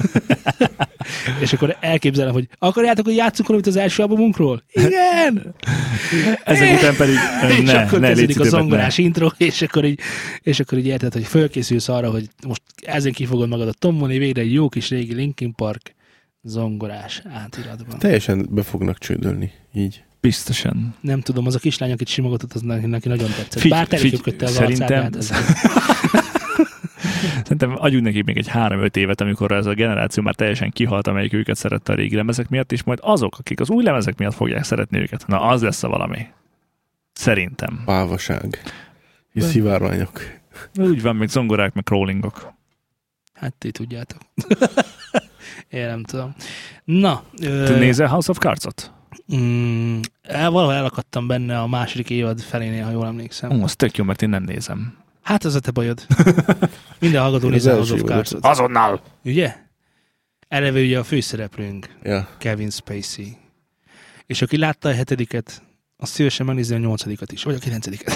És akkor elképzelem, hogy akarjátok, hogy játsszunk valamit az első albumunkról? Igen! Ezek után pedig És ne, akkor ne, légy kezdődik a többet, zongorás intro, és akkor így, és akkor így érted, hogy fölkészülsz arra, hogy most ezen kifogod magadat tommolni, végre egy jó kis régi Linkin Park zongorás átiratban. Teljesen be fognak csődölni. Így. Biztosan. Nem tudom, az a kislány, akit simogatott, az neki, neki nagyon tetszett. Figy- Bár figy- terjük kötte az szerintem- arcát. hát ez- Szerintem adjunk neki még egy három-öt évet, amikor ez a generáció már teljesen kihalt, amelyik őket szerette a régi lemezek miatt, és majd azok, akik az új lemezek miatt fogják szeretni őket. Na, az lesz a valami. Szerintem. Pálvaság. És szivárványok. Úgy van, még zongorák, meg crawlingok. Hát ti tudjátok. Én nem tudom. Na. Te ö... nézel House of Cards-ot? Mm, el, valahol elakadtam benne a második évad felénél, ha jól emlékszem. Ó, az tök jó, mert én nem nézem. Hát az a te bajod. Minden hallgató nézze House of Cards-ot. Azonnal! Ugye? Eleve ugye a főszereplőnk, Ja. Kevin Spacey. És aki látta a hetediket, az szívesen megnézi a nyolcadikat is, vagy a kilencediket.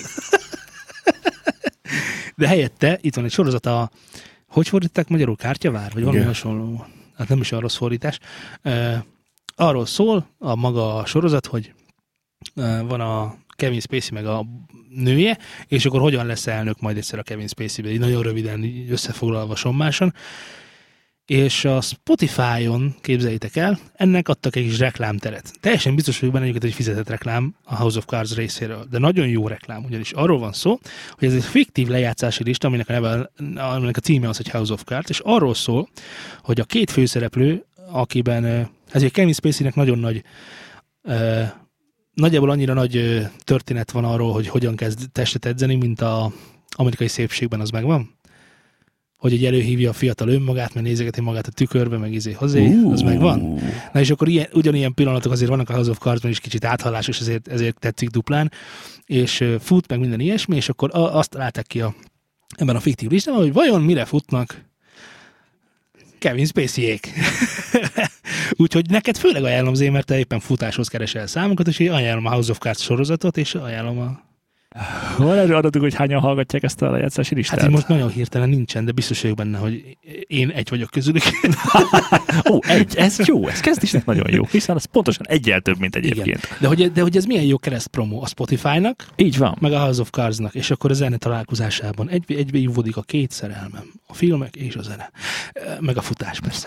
De helyette itt van egy sorozat a, hogy fordítják magyarul, Kártyavár? Vagy valami Igen. hasonló. Hát nem is a rossz fordítás. Uh, arról szól a maga a sorozat, hogy uh, van a Kevin Spacey meg a nője, és akkor hogyan lesz elnök majd egyszer a Kevin Spacey-be, így nagyon röviden így összefoglalva sommásan. És a Spotify-on, képzeljétek el, ennek adtak egy kis reklámteret. Teljesen biztos vagyok benne, hogy egy fizetett reklám a House of Cards részéről, de nagyon jó reklám, ugyanis arról van szó, hogy ez egy fiktív lejátszási lista, aminek a, neve, aminek a címe az, hogy House of Cards, és arról szól, hogy a két főszereplő, akiben, ez egy Kevin Spacey-nek nagyon nagy, eh, nagyjából annyira nagy eh, történet van arról, hogy hogyan kezd testet edzeni, mint a Amerikai Szépségben, az megvan? Hogy egy előhívja a fiatal önmagát, mert nézegeti magát a tükörbe, meg izé hozzé, uh. az megvan. Na és akkor ilyen, ugyanilyen pillanatok azért vannak a House of Cards-ban is kicsit áthallásos, ezért, ezért tetszik duplán, és uh, fut, meg minden ilyesmi, és akkor a, azt találták ki a, ebben a fiktív listában, hogy vajon mire futnak Kevin Spacey-ék. Úgyhogy neked főleg ajánlom azért, mert te éppen futáshoz keresel számokat, és ajánlom a House of Cards sorozatot, és ajánlom a Van erről adatuk, hogy hányan hallgatják ezt a lejátszási listát? Hát így most nagyon hirtelen nincsen, de biztos vagyok benne, hogy én egy vagyok közülük. Ó, egy, ez jó, ez kezdésnek nagyon jó, hiszen az pontosan egyel több, mint egyébként. Igen. De hogy, de hogy ez milyen jó kereszt promó a Spotify-nak, így van. meg a House of Cards-nak, és akkor a zene találkozásában egy, egybe ívódik a két szerelmem, a filmek és a zene. Meg a futás persze.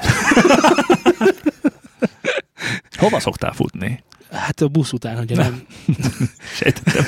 Hova szoktál futni? Hát a busz után, hogy nem... Sejtettem.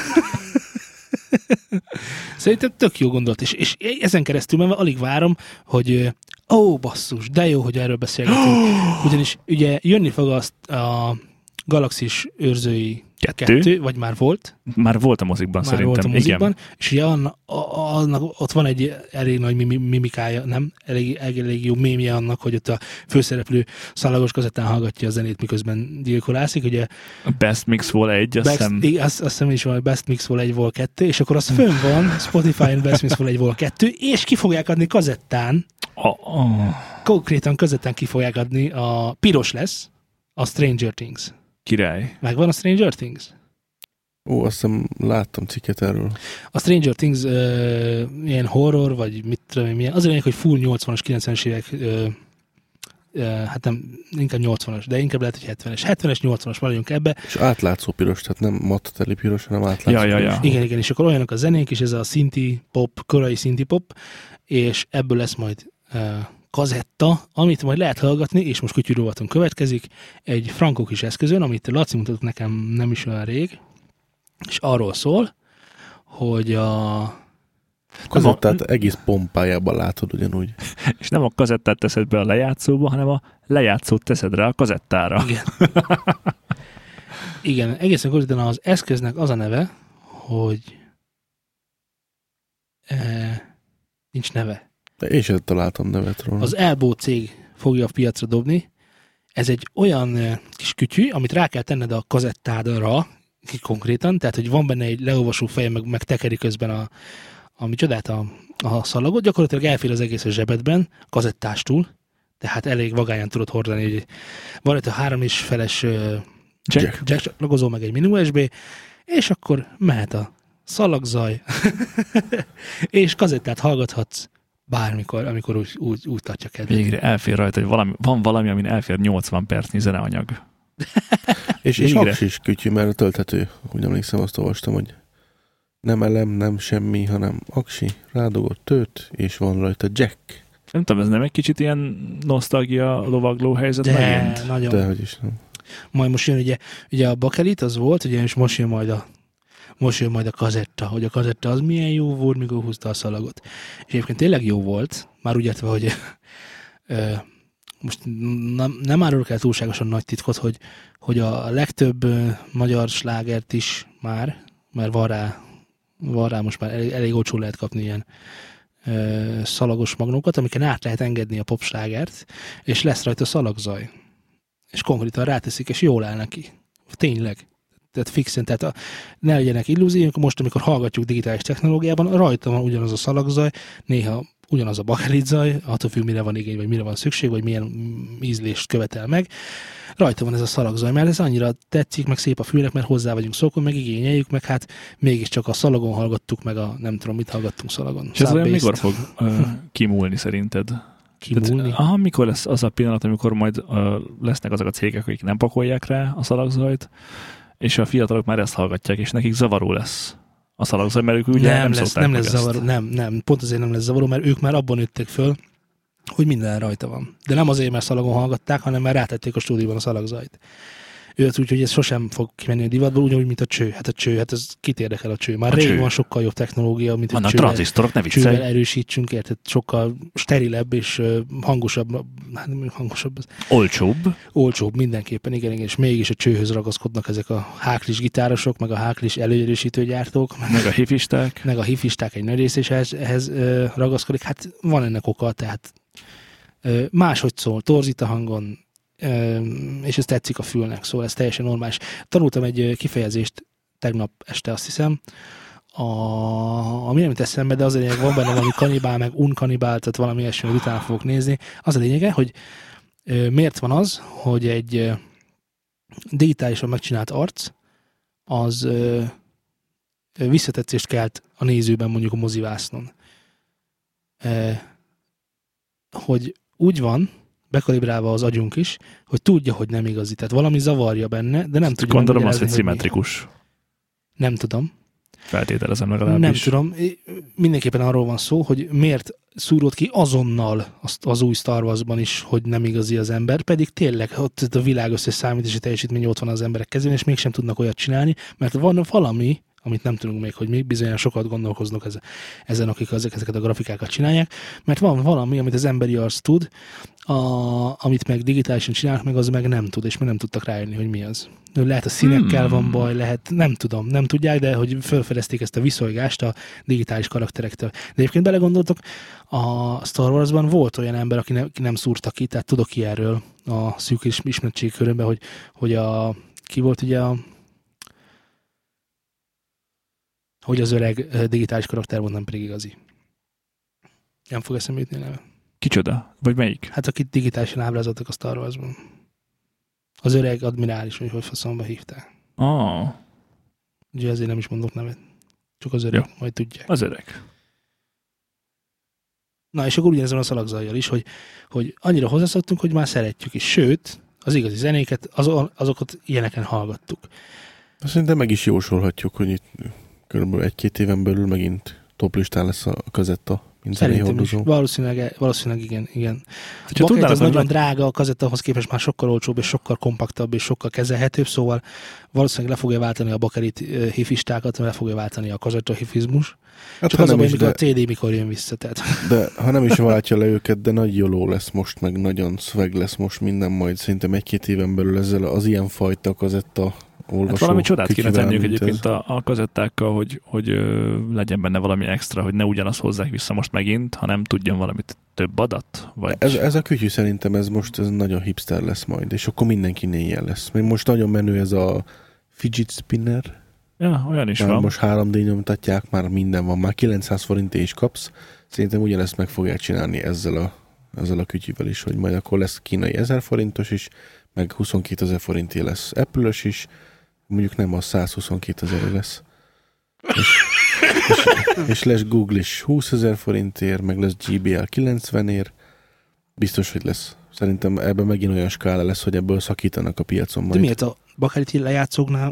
Szerintem tök jó gondolat, és, és ezen keresztül mert alig várom, hogy ó, basszus, de jó, hogy erről beszélgetünk. Ugyanis ugye jönni fog azt a Galaxis őrzői Kettő? kettő, vagy már volt. Már volt a mozikban Már szerintem. volt a mozikban, igen. és ugye annak, annak ott van egy elég nagy mimikája, nem? Elég, elég jó mémje annak, hogy ott a főszereplő szalagos kazettán hallgatja a zenét, miközben gyilkolászik. Ugye A Best Mix Vol egy, azt hiszem. Azt, azt hiszem is van, hogy Best Mix Vol egy, Vol kettő, és akkor az fönn van, Spotify-on Best Mix Vol egy, Vol kettő, és ki fogják adni kazettán, Oh, oh. konkrétan kazettán ki fogják adni, a piros lesz, a Stranger Things. Király. Megvan a Stranger Things? Ó, azt hiszem láttam cikket erről. A Stranger Things uh, ilyen horror, vagy mit tudom én, milyen. Az a lényeg, hogy full nyolcvanas, kilencvenes évek, uh, uh, hát nem, inkább nyolcvanas, de inkább lehet, hogy hetvenes. hetvenes, nyolcvanas maradjunk ebbe. És átlátszó piros, tehát nem mattateli piros, hanem átlátszó Ja, ja, ja. piros. Igen, igen, és akkor olyanok a zenék, és ez a szinti pop, korai szinti pop, és ebből lesz majd uh, kazetta, amit majd lehet hallgatni, és most kutyúrovatunk következik, egy frankó kis eszközön, amit Laci mutatott nekem nem is olyan rég, és arról szól, hogy a... Kazettát egész pompájában látod ugyanúgy. És nem a kazettát teszed be a lejátszóba, hanem a lejátszót teszed rá a kazettára. Igen. Igen, egészen konkrétan az eszköznek az a neve, hogy e, nincs neve. De én sem találtam nevet róla. Az Elbow cég fogja a piacra dobni. Ez egy olyan e, kis kütyű, amit rá kell tenned a kazettádra, konkrétan, tehát hogy van benne egy leolvasó feje, meg, meg tekeri közben a, a micsodát, a, a szalagot, gyakorlatilag elfér az egész a zsebedben, kazettástól, tehát elég vagányan tudod hordani, hogy van itt a három és feles uh, jack, jack csatlakozó, meg egy mini u es bé, és akkor mehet a szalagzaj, és kazettát hallgathatsz bármikor, amikor úgy, úgy, úgy tartja kedvet. Végre elfér rajta, hogy valami, van valami, amin elfér nyolcvan percnyi zeneanyag. és és aksis kütyű, mert tölthető. Úgy emlékszem, azt olvastam, hogy nem elem, nem semmi, hanem aksi, rádogott tört, és van rajta jack. Nem tudom, ez nem egy kicsit ilyen nosztalgia lovagló helyzet De, megint? nagyon. Dehogy is nem. Majd most jön ugye, ugye a bakelit, az volt, ugye, és most jön majd a most jön majd a kazetta, hogy a kazetta az milyen jó volt, mikor húzta a szalagot. És egyébként tényleg jó volt, már úgy értve, hogy ö, most nem, nem árulok el túlságosan nagy titkot, hogy, hogy a legtöbb ö, magyar slágert is már, mert van rá, van rá most már elég, elég olcsó lehet kapni ilyen ö, szalagos magnókat, amiken át lehet engedni a popslágert, és lesz rajta szalagzaj. És konkrétan ráteszik, és jól áll neki. Tényleg. Tehát fixen, tehát a, ne legyenek illúziók, most amikor hallgatjuk digitális technológiában, rajta van ugyanaz a szalagzaj, néha ugyanaz a bakelitzaj, attól függ, mire van igény, vagy mire van szükség, vagy milyen ízlést követel meg. Rajta van ez a szalagzaj, mert ez annyira tetszik, meg szép a fülnek, mert hozzá vagyunk szokva, meg igényeljük, meg hát mégiscsak a szalagon hallgattuk, meg a nem tudom, mit hallgattunk szalagon. És ez olyan mikor fog uh, kimúlni szerinted? Kimúlni? Tehát, aha, mikor lesz az a pillanat, amikor majd uh, lesznek azok a cégek, akik nem pakolják rá a szalagzajt, és a fiatalok már ezt hallgatják, és nekik zavaró lesz a szalagzaj, mert ők ugye nem, nem nem lesz, nem lesz zavaró, ezt. nem, nem, pont azért nem lesz zavaró, mert ők már abban nőttek föl, hogy minden rajta van. De nem azért, mert szalagon hallgatták, hanem mert rátették a stúdióban a szalagzajt. Őt úgy, hogy ez sosem fog kimenni a divatból, ugyanúgy, mint a cső. Hát a cső, hát ez kit érdekel a cső. Már rég van sokkal jobb technológia, mint vannak a csővel, tranzisztorok, ne csővel viccelj. erősítsünk, érted? Sokkal sterilebb és hangosabb, hát nem hangosabb, Olcsóbb. olcsóbb mindenképpen, igen, igen, és mégis a csőhöz ragaszkodnak ezek a háklis gitárosok, meg a háklis előerősítő gyártók. Meg a hifisták. Meg a hifisták egy nagy rész is ehhez, ehhez ö, ragaszkodik. Hát van ennek oka, tehát ö, máshogy szól, torzít a hangon, ö, és ez tetszik a fülnek, szóval ez teljesen normális. Tanultam egy kifejezést tegnap este, azt hiszem, a, ami nem jut eszembe, de az a lényeg, van benne valami kanibál, meg unkanibál, tehát valami ilyesmi, hogy utána fogok nézni. Az a lényege, hogy ö, miért van az, hogy egy ö, digitálisan megcsinált arc, az ö, visszatetszést kelt a nézőben, mondjuk a mozivásznon. E, hogy úgy van bekalibrálva az agyunk is, hogy tudja, hogy nem igazi. Tehát valami zavarja benne, de nem tudja. Gondolom az, hogy szimmetrikus. Nem tudom. Feltételezem legalábbis. Nem tudom. Mindenképpen arról van szó, hogy miért szúrod ki azonnal azt az új Star Warsban is, hogy nem igazi az ember, pedig tényleg ott a világ összes számítási teljesítmény ott van az emberek kezében, és mégsem tudnak olyat csinálni, mert van valami, amit nem tudunk még, hogy mi, bizonyan sokat gondolkoznak ezen, akik ezeket a grafikákat csinálják, mert van valami, amit az emberi arc tud, a, amit meg digitálisan csinálnak, meg az meg nem tud, és meg nem tudtak rájönni, hogy mi az. Lehet a színekkel hmm. van baj, lehet, nem tudom, nem tudják, de hogy felfedezték ezt a viszonygást a digitális karakterektől. De egyébként belegondoltok, a Star Warsban volt olyan ember, aki, ne, aki nem szúrta ki, tehát tudok ilyenről a szűk ismertségi körömben, hogy, hogy a, ki volt ugye a hogy az öreg digitális karakter volt, nem pedig igazi. Nem fog eszembe jutni neve. Kicsoda? Vagy melyik? Hát akit digitálisan ábrázoltak a Star Warsban. Az öreg admirális, hogy hogy faszomba hívták. Ah. Ugye ezért nem is mondok nevet. Csak az öreg, ja. Majd tudják. Az öreg. Na és akkor ugyanez van a szalagzajjal is, hogy, hogy annyira hozzászoktunk, hogy már szeretjük is. Sőt, az igazi zenéket, az, azokat ilyeneken hallgattuk. Szerintem meg is jósolhatjuk, hogy itt körülbelül egy-két éven belül megint toplistán lesz a kazetta, mint zenéhordozó. Valószínűleg, valószínűleg igen. igen. Ha Bakelit az nagyon meg... drága, a kazettahoz képest már sokkal olcsóbb, és sokkal kompaktabb, és sokkal kezelhetőbb, szóval valószínűleg le fogja váltani a bakelit hifistákat, le fogja váltani a kazetta hifizmus. Hát csak az a baj, mikor de... a cé dé mikor jön vissza. Tehát. De ha nem is váltja le őket, de nagy jóló lesz most, meg nagyon szveg lesz most minden, majd szerintem egy-két éven belül ezzel az ilyen fajta kazetta olvasó. Hát valami csodát kéne tenniük egyébként a, a kazettákkal, hogy, hogy ö, legyen benne valami extra, hogy ne ugyanazt hozzák vissza most megint, hanem tudjon valamit több adat. Vagy... Ez, ez a kütyű szerintem ez most ez nagyon hipster lesz majd, és akkor mindenkinél ilyen lesz. Még most nagyon menő ez a fidget spinner. Ja, olyan is már van. Most három dé nyomtatják, már minden van, már kilencszáz forintért is kapsz. Szerintem ugyanezt meg fogják csinálni ezzel a, ezzel a kütyűvel is, hogy majd akkor lesz kínai ezer forintos is, meg huszonkétezer forinté lesz Apple-ös is, mondjuk nem az százhuszonkétezer lesz. És, és, és lesz Google is húszezer forintért, meg lesz gé bé el kilencvenért. Biztos, hogy lesz. Szerintem ebben megint olyan skála lesz, hogy ebből szakítanak a piacon majd. De miért a bakeliti lejátszóknál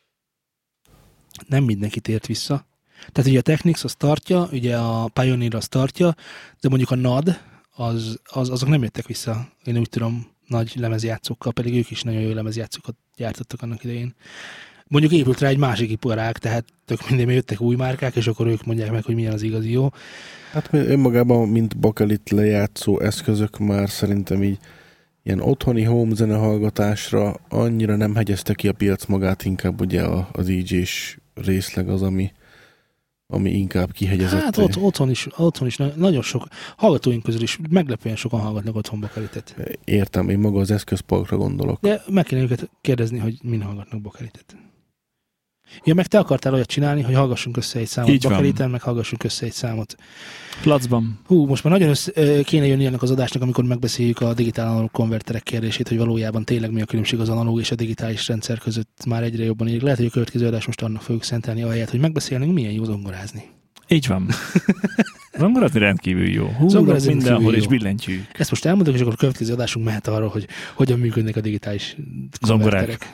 nem mindenki tért vissza? Tehát ugye a Technics az tartja, ugye a Pioneer az tartja, de mondjuk a NAD, az, az, azok nem jöttek vissza. Én úgy tudom, nagy lemezjátszókkal, pedig ők is nagyon jó lemezjátszókat gyártottak annak idején. Mondjuk épült rá egy másik iparág, tehát tök minden jöttek új márkák, és akkor ők mondják meg, hogy milyen az igazi jó. Hát önmagában, mint bakelit lejátszó eszközök már szerintem így ilyen otthoni home zenehallgatásra annyira nem hegyezte ki a piac magát, inkább ugye a, a dé dzsés részleg az, ami, ami inkább kihegyezett. Hát ott, otthon, is, otthon is nagyon sok, hallgatóink közül is meglepően sokan hallgatnak otthon bakelitet. Értem, én maga az eszközparkra gondolok. De meg kéne őket kérdezni, hogy min hallgatnak bakelitet. Ja, meg te akartál olyat csinálni, hogy hallgassunk össze egy számot bakeliten, meg hallgassunk össze egy számot. Placban. Hú, most már nagyon össze, kéne jönni ennek az adásnak, amikor megbeszéljük a digitál analóg konverterek kérdését, hogy valójában tényleg mi a különbség az analóg és a digitális rendszer között már egyre jobban érik. Lehet, hogy a következő adás most annak fogjuk szentelni, ahelyett, hogy megbeszélnünk, milyen jó zongorázni. Így van. Zongorázni rendkívül jó. Hú, mindenhol és billentyűk. Ezt most elmondok, és akkor a következő adásunk mehet arra, hogy hogyan működnek a digitális konverterek.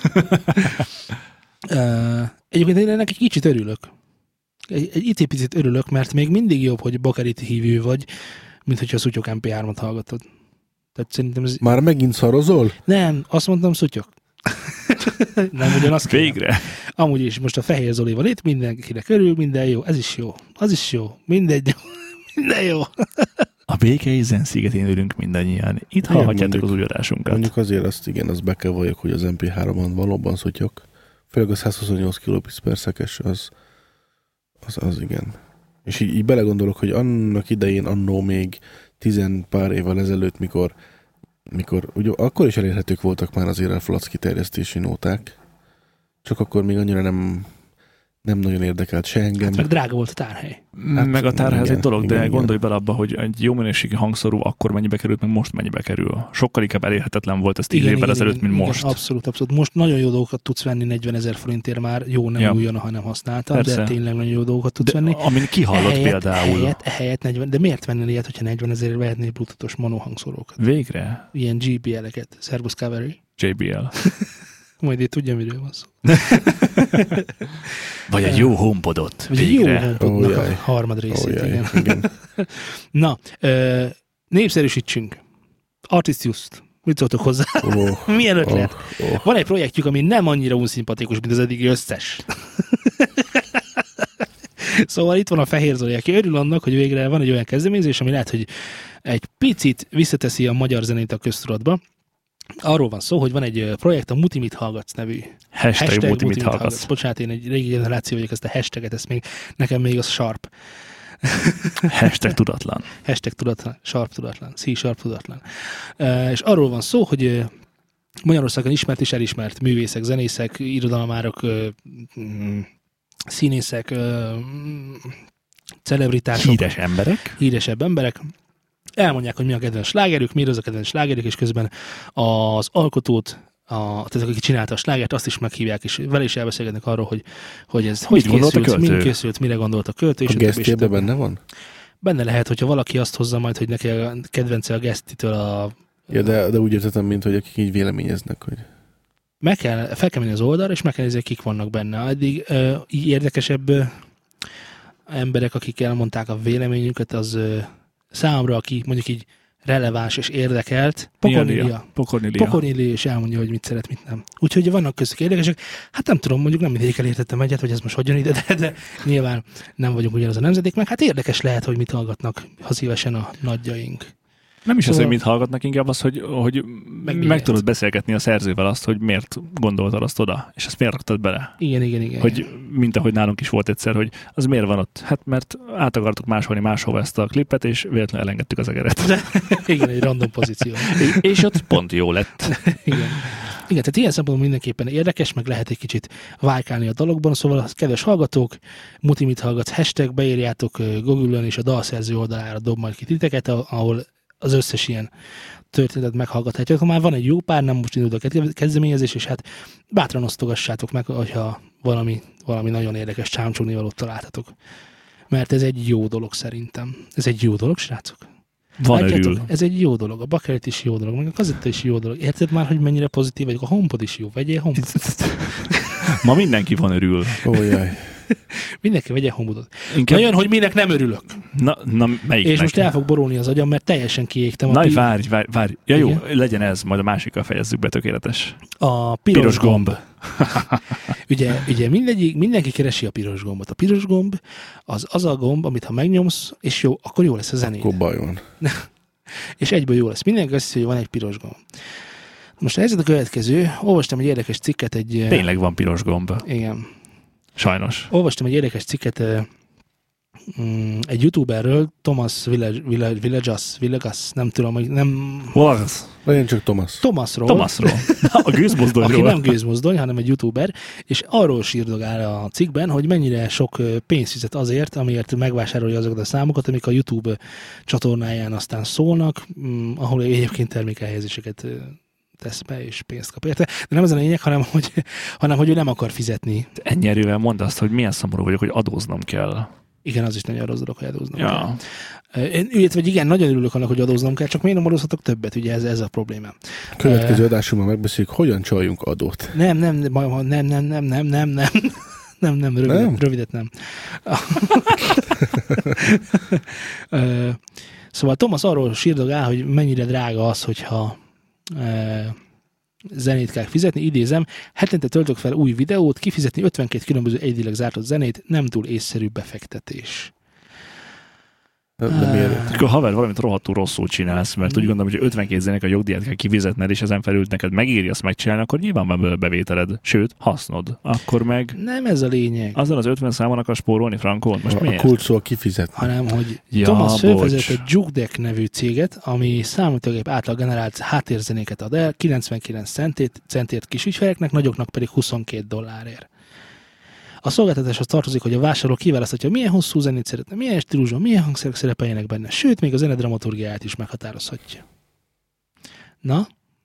Uh, egyébként én ennek egy kicsit örülök. Egy, egy icipicit örülök, mert még mindig jobb, hogy bakelit hívő vagy, mint hogyha a szutyok em pé hármat hallgatod. Tehát szerintem ez... Már megint szarozol? Nem, azt mondtam szutyok. Nem ugyanaz kell. Végre. Amúgy is most a Fehér Zolival itt, mindenkinek örül, minden jó, ez is jó, az is jó, mindegy jó, minden jó. A békei Zen-szigetén ülünk mindannyian. Itt hallhatjátok az új adásunkat. Mondjuk azért azt igen, azt be kell valljak, hogy az em pé háromon valóban szutyok. Főleg a száz huszonnyolc kilobit per szekes, az, az, az igen. És így, így belegondolok, hogy annak idején, annó még tizen pár évvel ezelőtt, mikor, mikor ugye akkor is elérhetők voltak már azért a flac kiterjesztési nóták, csak akkor még annyira nem, nem nagyon érdekelt se engem. Hát meg drága volt a tárhely. Hát, meg a tárhely ez egy dolog, igen, de igen. gondolj bele abba, hogy egy jó minőségi hangszóró akkor mennyibe került, meg most mennyibe kerül. Sokkal inkább elérhetetlen volt ez tíz Igen, évvel igen, ezelőtt, igen, mint igen, most. Abszolút, abszolút. Most nagyon jó dolgokat tudsz venni negyvenezer forintért már, jó, nem Ja. újon, ha nem használtam, Persze. de tényleg nagyon jó dolgokat tudsz De, venni. amin kihallott ehelyett, például. Ehelyett, ehelyett negyven, de miért vennél ilyet, hogyha negyvenezerért vehetnél bluetoothos mono hangszórókat? Végre. Ilyen gé bé el-eket. Servus Cavalry. jé bé el. Majd itt tudja, miről van szó. Vagy egy jó homepodot. Vagy egy jó Végre. HomePodnak Ó, a jaj. harmad részét, Ó, jaj, igen. igen. Na, ö, népszerűsítsünk. Artist mit szóltok hozzá? Oh, Milyen ötlet? oh, oh. Van egy projektjük, ami nem annyira unszimpatikus, mint az eddigi összes. Szóval itt van a Fehér Zoli, aki örül annak, hogy végre van egy olyan kezdeményezés, ami lehet, hogy egy picit visszateszi a magyar zenét a köztudatba. Arról van szó, hogy van egy projekt, a Muti mit hallgatsz nevű. Hashtag, Hashtag Muti mit hallgatsz. hallgatsz. Bocsánat, én egy régi generáció vagyok, ezt a hashtaget, ezt még, nekem még az sharp. Hashtag tudatlan. Hashtag tudatlan, sharp tudatlan, C-sharp tudatlan. Uh, és arról van szó, hogy uh, Magyarországon ismert és elismert művészek, zenészek, irodalomárok, uh, mm, színészek, uh, celebritások, Híres emberek. híresebb emberek elmondják, hogy mi a kedvenc slágerük, mi az a kedvenc slágerük, és közben az alkotót, a, tehát aki csinálta a slágert, azt is meghívják, és vele is elbeszélgetnek arról, hogy, hogy ez hogy készült, mi készült, mire gondolt a költő. A gesztjében benne van? Benne lehet, hogyha valaki azt hozza majd, hogy neki a kedvence a gesztitől a... Ja, de, de úgy értettem, mint hogy akik így véleményeznek, hogy... Meg kell, fel kell menni az oldalra, és meg kell nézni, kik vannak benne. Addig uh, így érdekesebb uh, emberek, akik elmondták a véleményüket, az uh, számomra, aki mondjuk így releváns és érdekelt, Pokornilia. Pokornilia. Pokornilia és elmondja, hogy mit szeret, mit nem. Úgyhogy vannak köztük érdekesek. Hát nem tudom, mondjuk nem mindegyikkel értettem egyet, hogy ez most hogyan ide, de, de nyilván nem vagyunk ugyanaz a nemzedék, meg hát érdekes lehet, hogy mit hallgatnak, ha szívesen a nagyjaink. Nem is Szóval- az, hogy mit hallgatnak, inkább az, hogy, hogy Meg meg, miért? tudod beszélgetni a szerzővel azt, hogy miért gondoltad azt oda, és azt miért raktad bele. Igen, igen, igen. Hogy mint ahogy nálunk is volt egyszer, hogy az miért van ott? Hát mert át akartuk másolni máshova ezt a klipet, és véletlenül elengedtük az egeret. igen, egy random pozíció. és ott pont jó lett. Igen. Igen, tehát ilyen szempontból mindenképpen érdekes, meg lehet egy kicsit vájkálni a dologban, szóval kedves hallgatók, Muti mit hallgatsz, hashtag, beírjátok Google-ön, és a dalszerző oldalára dob majd ki titeket, ahol az összes ilyen történetet meghallgathatják. Ha már van egy jó pár, nem most indul a kezdeményezés, és hát bátran osztogassátok meg, hogyha valami, valami nagyon érdekes csámcsognivalót találtatok. Mert ez egy jó dolog szerintem. Ez egy jó dolog, srácok? Van Látjátok? örül. Ez egy jó dolog. A bakelit is jó dolog, meg a kazetta is jó dolog. Érted már, hogy mennyire pozitív vagyok? A HomePod is jó. Vegyél HomePod. Ma mindenki van örül. Ó, jaj. Mindenki vegye HomePodot. Inkább, Nagyon, hogy minek nem örülök. Na, na melyiknek? És most el fog borulni az agyam, mert teljesen kiégtem. Na, pi- várj, várj, várj. Ja jó, Igen? legyen ez, majd a másikkal fejezzük be, tökéletes. A piros, Piros gomb. gomb. ugye ugye mindegyik, mindenki keresi a piros gombot. A piros gomb az az a gomb, amit ha megnyomsz, és jó, akkor jó lesz a zenéd. Akkor baj van. És egyből jó lesz. Mindenki azt hiszi, hogy van egy piros gomb. Most a helyzet a következő. Olvastam egy érdekes cikket egy... Tényleg van piros gomb. Igen. Sajnos. Olvastam egy érdekes cikket mm, egy youtuberről, Thomas Village, Village, Villagas, Villagas, nem tudom, hogy nem... Valasz. Legyen csak Thomas. Thomasról. Thomasról. A gőzmozdonyról. Aki nem gőzmozdony, hanem egy youtuber, és arról sírdogál a cikkben, hogy mennyire sok pénzt fizet azért, amiért megvásárolja azokat a számokat, amik a YouTube csatornáján aztán szólnak, mm, ahol egyébként termékelhelyezéseket tesz be, és pénzt kap érte. De nem ez a lényeg, hanem hogy, hanem hogy ő nem akar fizetni. Ennyi erővel mondd azt, hogy milyen szomorú vagyok, hogy adóznom kell. Igen, az is nagyon rossz dolog, hogy adóznom Ja. kell. Én, illetve, igen, nagyon örülök annak, hogy adóznom kell, csak miért nem adózhatok többet, ugye ez, ez a problémám. Következő adásunkban megbeszéljük, hogyan csaljunk adót. Nem, nem, nem, nem, nem, nem, nem, nem, nem, nem, nem, nem, rövidet nem. Rövidet nem. Szóval Thomas arról sírdogál, hogy mennyire drága az, hogyha zenét kell fizetni, idézem, hetente töltök fel új videót, kifizetni ötvenkét különböző egyedileg zártott zenét, nem túl észszerű befektetés. De, de miért? Akkor haver, valamit rohadtul rosszul csinálsz, mert úgy gondolom, hogy ötvenkét zenek a jogdíjat kell kifizetned, és ezen felül neked megéri azt megcsinálni, akkor nyilván van belőle bevételed, sőt, hasznod. Akkor meg Nem ez a lényeg. azon az ötven számon akar spórolni frankon? Most A, a miért? kulcs szó a kifizetni. Hanem, hogy Ja, Thomas felvezet bocs. egy Jukedeck nevű céget, ami számítógép által generált háttérzenéket ad el, kilencvenkilenc centét, centért kis ügyfeleknek, nagyoknak pedig huszonkét dollárért. A szolgáltatáshoz tartozik, hogy a vásárló kiválaszthatja, milyen hosszú zenét szeretne, milyen stílusban, milyen hangszerek szerepeljenek benne, sőt, még a zene dramaturgiáját is meghatározhatja. Na?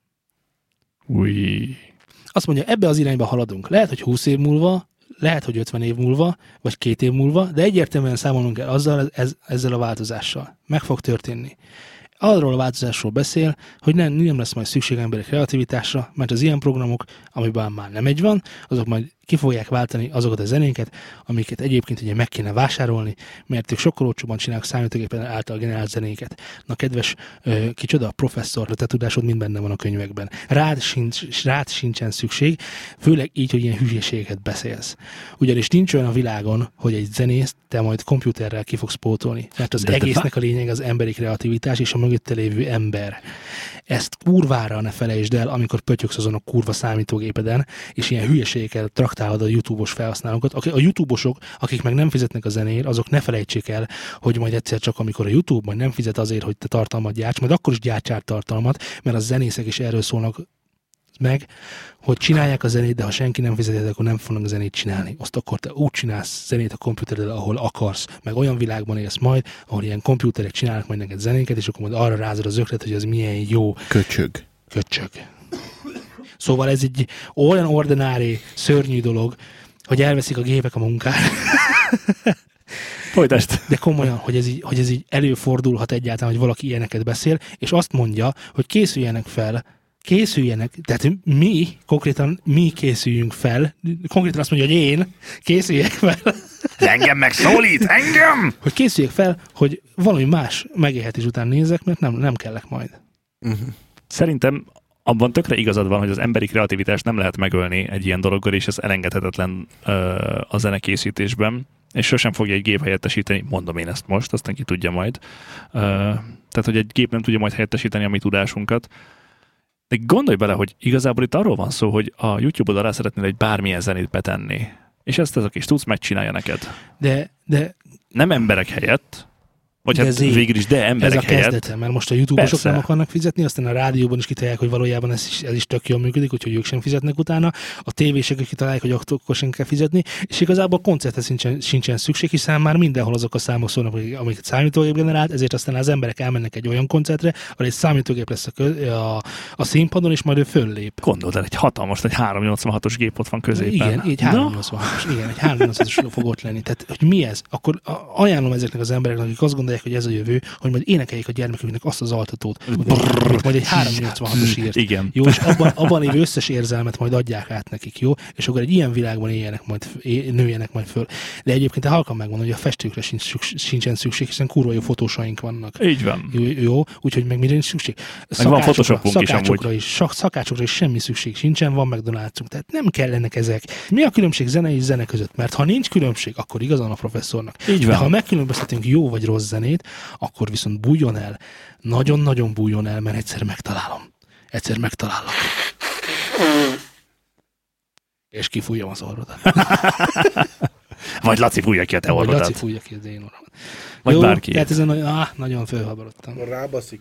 Új. Azt mondja, ebbe az irányba haladunk. Lehet, hogy húsz év múlva, lehet, hogy ötven év múlva, vagy két év múlva, de egyértelműen számolunk el azzal, ez, ezzel a változással. Meg fog történni. Arról a változásról beszél, hogy nem, nem lesz majd szükség emberi kreativitásra, mert az ilyen programok, amiben már nem egy van, azok majd ki fogják váltani azokat a zenéket, amiket egyébként ugye meg kéne vásárolni, mert ők sokkal olcsóbban csinálnak számítógépen által generált zenéket. Na kedves, ö, kicsoda, professzor, te tudásod mind benne van a könyvekben. Rád, sincs, rád sincsen szükség, főleg így, hogy ilyen hülyeségeket beszélsz. Ugyanis nincs olyan a világon, hogy egy zenészt te majd komputerrel ki fogsz pótolni. Mert az De egésznek a lényeg az emberi kreativitás és a mögötte lévő ember. Ezt kurvára ne felejtsd el, amikor pötyöksz azon a kurva számítógépeden, és ilyen hülyeségekkel traktálod a YouTube-os felhasználókat. A YouTube-osok, akik meg nem fizetnek a zenéért, azok ne felejtsék el, hogy majd egyszer csak, amikor a YouTube majd nem fizet azért, hogy te tartalmat gyárts, majd akkor is gyártsál tartalmat, mert a zenészek is erről szólnak meg, hogy csinálják a zenét, de ha senki nem fizeti, akkor nem fognak zenét csinálni. Azt akkor te úgy csinálsz zenét a komputeredre, ahol akarsz, meg olyan világban élsz majd, ahol ilyen komputerek csinálnak majd neked zenéket, és akkor majd arra rázod az öklet, hogy az milyen jó. Köcsög. Köcsög. Szóval ez egy olyan ordinári, szörnyű dolog, hogy elveszik a gépek a munkát. Folytasd. De komolyan, hogy ez, így, hogy ez így előfordulhat egyáltalán, hogy valaki ilyeneket beszél, és azt mondja, hogy készüljenek fel, készüljenek, tehát mi, konkrétan mi készüljünk fel, konkrétan azt mondja, hogy én készüljek fel. Engem megszólít, engem! Hogy készüljek fel, hogy valami más megélhetés után nézek, mert nem, nem kellek majd. Uh-huh. Szerintem abban tökre igazad van, hogy az emberi kreativitást nem lehet megölni egy ilyen dologgal, és ez elengedhetetlen uh, a zenekészítésben, és sosem fogja egy gép helyettesíteni, mondom én ezt most, aztán ki tudja majd. Uh, tehát, hogy egy gép nem tudja majd helyettesíteni a mi tudásunkat. De gondolj bele, hogy igazából itt arról van szó, hogy a YouTube-od alá szeretnél egy bármilyen zenét betenni. És ezt ez a kis tudsz megcsinálja neked. De, de Nem emberek helyett, vagy De hát ez így- végül is, de ez emberek a helyett. kezdete, mert most a YouTube-osok Persze. nem akarnak fizetni, aztán a rádióban is kitalálják, hogy valójában ez is, ez is tök jól működik, úgyhogy ők sem fizetnek utána. A tévések is kitalálják, hogy akkor sem kell fizetni, és igazából koncertre sincsen, sincsen szükség, hiszen már mindenhol azok a számok szólnak, amiket számítógép generált, ezért aztán az emberek elmennek egy olyan koncertre, ahol egy számítógép lesz a, kö, a, a színpadon, és majd ő föllép. Gondold el, egy hatalmas, egy háromszáznyolcvanhatos gép ott van középen. Igen, így Na, háromszáznyolcvanas, igen, egy háromszáznyolcvanas fog ott lenni. Tehát, hogy mi ez? Akkor a- ajánlom ezeknek az embereknek, akik azt gondolják, gondolják, hogy ez a jövő, hogy majd énekeljék a gyermeküknek azt az altatót, amit majd egy háromszáznyolcvanhatos írt. Igen. Jó, és abban, abban lévő összes érzelmet majd adják át nekik, jó? És akkor egy ilyen világban éljenek majd, nőjenek majd föl. De egyébként te halkan megmondom, hogy a festőkre sincs, sincsen szükség, hiszen kurva jó fotósaink vannak. Így van. Jó, jó úgyhogy meg mire nincs szükség? Van Photoshopunk is amúgy. Is, szakácsokra is semmi szükség sincsen, van McDonald'sunk, tehát nem kellenek ezek. Mi a különbség zene és zene között? Mert ha nincs különbség, akkor igazán a professzornak. Így van. De ha megkülönböztetünk jó vagy rossz zenét, akkor viszont bújjon el. Nagyon-nagyon bújjon el, mert egyszer megtalálom. Egyszer megtalálok. És kifújjam az orrodat. Vagy Laci fújja ki a te orrodat. Vagy Laci fújja ki az én orrodat. Vagy jó, bárki. Tehát ezen nagyon, ah, nagyon fölháborodtam. Rábaszik,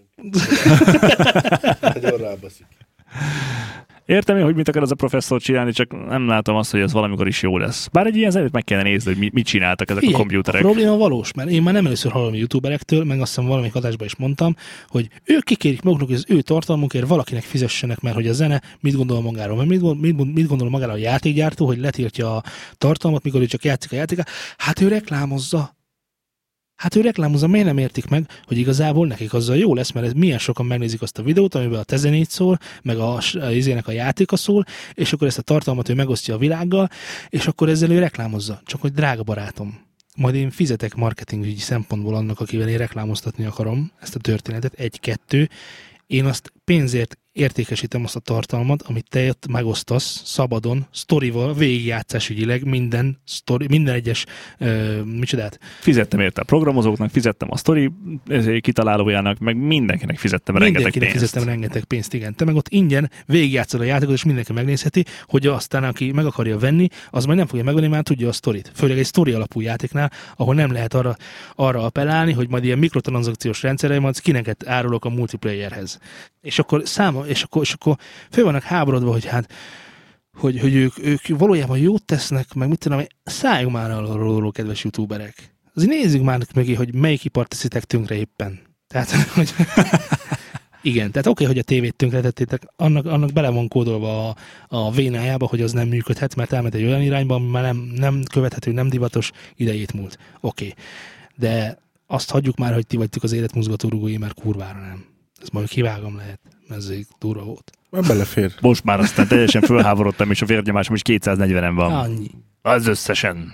nagyon rábaszik. Értem én, hogy mit akar az a professzor csinálni, csak nem látom azt, hogy ez valamikor is jó lesz. Bár egy ilyen zenét meg kellene nézni, hogy mit csináltak ezek Figyelj, a komputerek. A probléma valós, mert én már nem először hallom a youtuberektől, meg azt hiszem valamelyik adásban is mondtam, hogy ők kikérik maguknak, hogy az ő tartalmukért valakinek fizessenek, mert hogy a zene mit gondol magáról, mert mit gondol, mit, mit gondol magáról a játékgyártó, hogy letiltja a tartalmat, mikor ő csak játszik a játékát. Hát ő reklámozza. Hát ő reklámozza, miért nem értik meg, hogy igazából nekik azzal jó lesz, mert ez milyen sokan megnézik azt a videót, amiben a te zenét szól, meg a, a izének a játéka szól, és akkor ezt a tartalmat ő megosztja a világgal, és akkor ezzel ő reklámozza. Csak hogy drága barátom, majd én fizetek marketingügyi szempontból annak, akivel én reklámoztatni akarom ezt a történetet, egy-kettő, én azt pénzért értékesítem azt a tartalmat, amit te ott megosztasz szabadon, sztorival, végigjátszásügyileg minden, sztori, minden egyes uh, micsodát. Fizettem érte a programozóknak, fizettem a sztori kitalálójának, meg mindenkinek fizettem rengeteg Mindenkinek pénzt. fizettem rengeteg pénzt, igen. Te meg ott ingyen végigjátszod a játékot, és mindenki megnézheti, hogy aztán aki meg akarja venni, az majd nem fogja megvenni, már tudja a sztorit. Főleg egy sztori alapú játéknál, ahol nem lehet arra, arra appellálni, hogy majd ilyen mikrotranszakciós rendszerrel majd skineket árulok a multiplayerhez. És akkor száma, és akkor, és akkor föl vannak háborodva, hogy hát hogy, hogy ők, ők valójában jót tesznek, meg mit tudom, szálljunk már arról, kedves youtuberek. Azért nézzük már meg, hogy melyik ipart teszitek tönkre éppen. Tehát, hogy igen, tehát oké, okay, hogy a tévét tönkretettétek, annak, annak bele van kódolva a, a vénájába, hogy az nem működhet, mert elment egy olyan irányba, ami már nem, nem követhető, nem divatos, idejét múlt. Oké. Okay. De azt hagyjuk már, hogy ti vagytok az életmozgató rugói, mert kurvára nem. Ez majd kivágom lehet, mert ez egy durva volt. Már belefér. Most már aztán teljesen fölháborodtam, és a vérnyomásom is kétszáznegyvenen van. Annyi. Az összesen.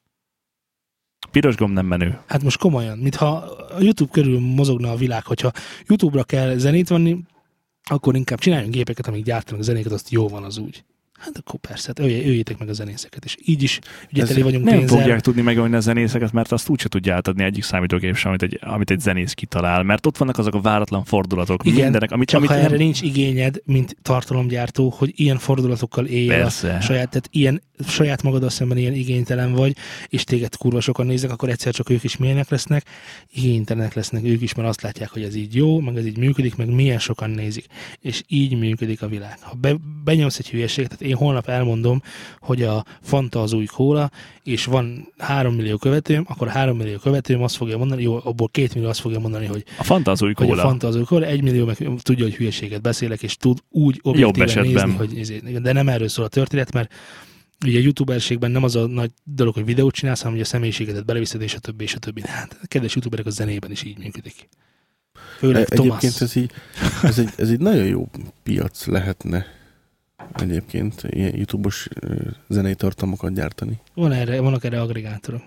Piros gomb nem menő. Hát most komolyan, mintha a YouTube körül mozogna a világ, hogyha YouTube-ra kell zenét venni, akkor inkább csináljunk gépeket, amik gyártanak zenéket, azt jó van az úgy. Hát akkor persze, hát öljétek meg a zenészeket, és így is ugye teli vagyunk nem pénzzel. fogják tudni megölni a zenészeket, mert azt úgyse tudja átadni egyik számítógép sem, amit egy, amit egy zenész kitalál, mert ott vannak azok a váratlan fordulatok, igen, mindenek, amit, csak amit ha nem... erre nincs igényed, mint tartalomgyártó, hogy ilyen fordulatokkal élj a saját, tehát ilyen, saját magaddal szemben ilyen igénytelen vagy, és téged kurva sokan néznek, akkor egyszer csak ők is milyenek lesznek, igénytelenek lesznek ők is, mert azt látják, hogy ez így jó, meg ez így működik, meg milyen sokan nézik. És így működik a világ. Ha be, benyomsz egy hülyeséget, tehát én holnap elmondom, hogy a Fanta az új kóla, és van három millió követőm, akkor három millió követőm azt fogja mondani, jó, abból két millió azt fogja mondani, hogy a Fanta az új kóla. Hogy a Fanta az új kóla, egy millió meg tudja, hogy hülyeséget beszélek, és tud úgy objektíven nézni, hogy de nem erről szól a történet, mert ugye a youtuberségben nem az a nagy dolog, hogy videót csinálsz, hanem hogy a személyiségedet beleviszed, és a többi, és a többi. Hát a kedves youtuberek a zenében is így működik. Főleg e, egyébként ez, így, ez, egy, ez egy nagyon jó piac lehetne egyébként ilyen YouTube-os zenei tartalmakat gyártani. Van erre, vannak erre aggregátorok.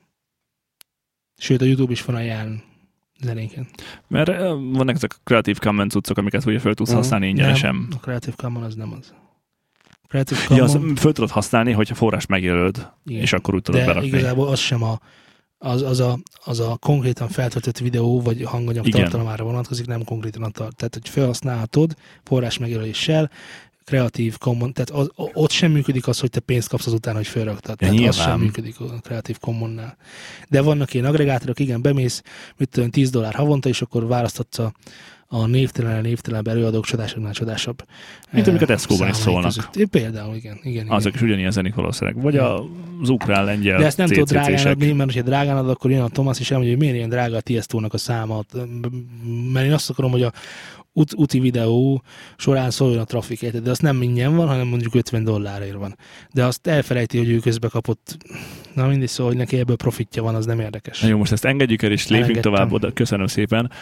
Sőt, a YouTube is van a jelen zenéken. Mert vannak ezek a Creative Commons cuccok, amiket ugye fel tudsz használni ingyenesen. Nem, a Creative Commons az nem az. Creative Commons... Ja, az föl tudod használni, hogyha forrás megjelöld, igen, és akkor úgy tudod de berakni. De igazából az sem a, az, az, a, az a konkrétan feltöltött videó, vagy hanganyag tartalmára vonatkozik, nem konkrétan a tart. Tehát, hogy felhasználhatod forrás megjelöléssel, Creative Commons, tehát az, ott sem működik az, hogy te pénzt kapsz azután, hogy felraktad. Ja, tehát az sem működik a Creative Commonnál. De vannak ilyen aggregátorok, igen, bemész, mit tudom, tíz dollár havonta, és akkor választhatsz a, a névtelen, névtelen előadók csodásoknál csodásabb. Mint amiket Eszkóban is szólnak. Között. Például, igen. igen, igen. Azok is ugyanilyen zenék valószínűleg. Vagy az ukrán, lengyel de ezt nem tudod drágán adni, mert ha drágán ad, akkor jön a Thomas is elmondja, hogy miért ilyen drága a Tiestónak a száma. Mert én azt akarom, hogy a ut- úti videó során szóljon a traffic, érted? De azt nem ingyen van, hanem mondjuk ötven dollárért van. De azt elfelejti, hogy ő közbe kapott, na mindig szó, hogy neki ebből profitja van, az nem érdekes. Na jó, most ezt engedjük el, és lépjünk Elengedtem. tovább oda. Köszönöm szépen.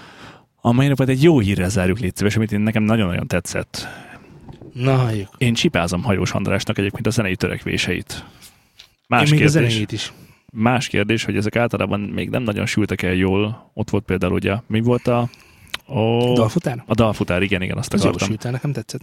A mai napot egy jó hírre zárjuk, légy szíves, amit én nekem nagyon-nagyon tetszett. Na, halljuk. Én csipázom Hajós Andrásnak egyébként a zenei törekvéseit. Más Én még a kérdés, zenéjét is. más kérdés, hogy ezek általában még nem nagyon sültek el jól. Ott volt például ugye, mi volt a... a Dalfutár? A dalfutár, igen, igen, azt Az jól akartam. sült el, nekem tetszett.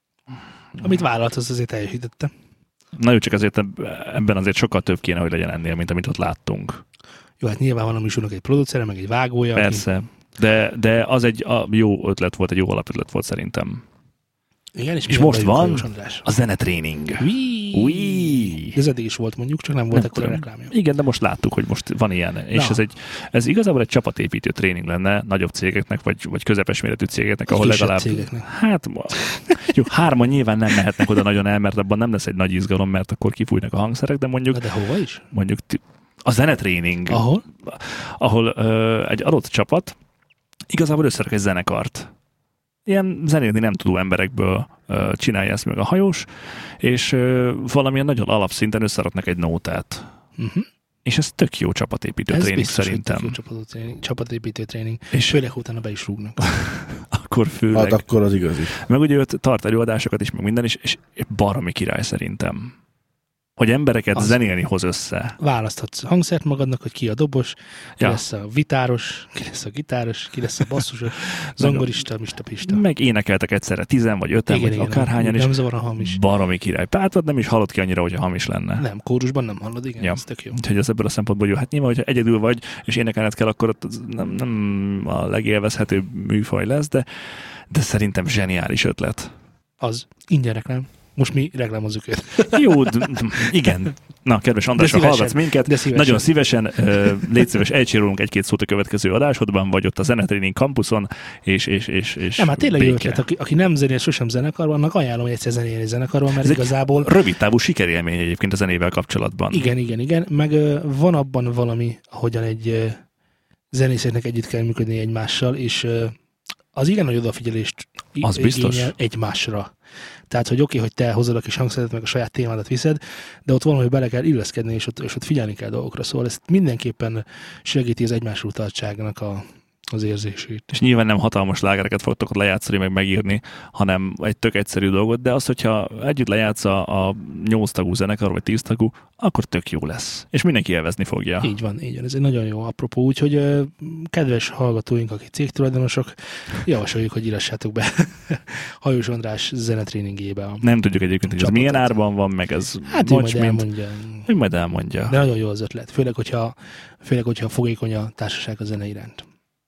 Amit vállalt, az azért teljesítette. Na jó, csak azért ebben azért sokkal több kéne, hogy legyen ennél, mint amit ott láttunk. Jó, hát nyilván van a műsornak egy producere, meg egy vágója. Persze, Aki... de, de az egy a jó ötlet volt, egy jó alapötlet volt szerintem. Igen, és, És most van Hajós András. a zenetréning. Wii. Wii. Ez eddig is volt mondjuk, csak nem volt Nem ekkora tudom. reklámja. Igen, de most láttuk, hogy most van ilyen. Na. És ez, egy, ez igazából egy csapatépítő tréning lenne nagyobb cégeknek, vagy, vagy közepes méretű cégeknek, Vagy ahol kisebb legalább... cégeknek. Hát, jó, hárman nyilván nem mehetnek oda nagyon el, mert abban nem lesz egy nagy izgalom, mert akkor kifújnak a hangszerek, de mondjuk, Na, de hova is? mondjuk ti- a zenetréning, Ahol? ahol ö, egy adott csapat igazából összerak egy zenekart. Ilyen zenélni nem tudó emberekből ö, csinálja ezt meg a Hajós, és ö, valamilyen nagyon alapszinten összeraknak egy nótát. Uh-huh. És ez tök jó csapatépítő Ez tréning biztos, szerintem. hogy tök jó csapató tréning, csapatépítő tréning. És És főleg utána be is rúgnak. akkor főleg. Hát akkor az igazi. Meg ugye őt tart előadásokat is, meg minden is, és baromi király szerintem. Hogy embereket Az. zenélni hoz össze. Választhatsz hangszert magadnak, hogy ki a dobos, ki Ja. lesz a vitáros, ki lesz a gitáros, ki lesz a basszusos, zongorista, mista, pista. Meg énekeltek egyszerre tizen, vagy öten, Igen, vagy igen, akárhányan, és nem zavar a hamis. baromi király. Pártad nem is hallott ki annyira, hogyha hamis lenne. Nem, kórusban nem hallod, igen, Ja. ez tök jó. Úgyhogy az ebből a szempontból jó. Hát nyilván, hogyha egyedül vagy, és énekelned kell, akkor ott az nem, nem a legélvezhetőbb műfaj lesz, de, de szerintem zseniális ötlet. Az ingyen reklám. Most mi reklámozzuk őt. Jó, d- d- igen. Na, kedves András, ha szívesen. hallgatsz minket, De szívesen. nagyon szívesen uh, légy szíves, elcsérolunk egy-két szót a következő adásodban, vagy ott a Zenetréning Campuson, és, és, és, és Nem, hát tényleg jó béke. ötlet, aki, aki nem zenél sosem zenekarban, annak ajánlom, hogy egyszer zenélni zenekarban, mert Ez egy igazából Rövid távú sikerélmény egyébként a zenével kapcsolatban. igen, igen, igen, meg ö, van abban valami, ahogyan egy ö, zenészeknek együtt kell működni egymással, és ö, az igen nagy odafigyelést i- Az biztos. igényel egymásra. Tehát, hogy oké, okay, hogy te hozod a kis hangszeret, meg a saját témádat viszed, de ott valami bele kell illeszkedni, és ott, és ott figyelni kell dolgokra. Szóval ez mindenképpen segíti az egymás utaltságnak a, az érzését. És nyilván nem hatalmas lágereket fogtok ott lejátszani, meg megírni, hanem egy tök egyszerű dolgot, de az, hogyha együtt lejátsz a, a nyolc tagú zenekar, vagy tíz tagú, akkor tök jó lesz. És mindenki élvezni fogja. Így van, így van. Ez egy nagyon jó apropó. Úgyhogy ö, kedves hallgatóink, akik cégtulajdonosok, javasoljuk, hogy írassátok be Hajós András zenetréningébe. A... Nem tudjuk egyébként, hogy ez Csapatot. milyen árban van, meg ez Hát ő mocs, majd mint... elmondja. Ő majd elmondja. De nagyon jó az ötlet. Főleg, hogyha, főleg, hogyha fogékony a társaság a zene iránt.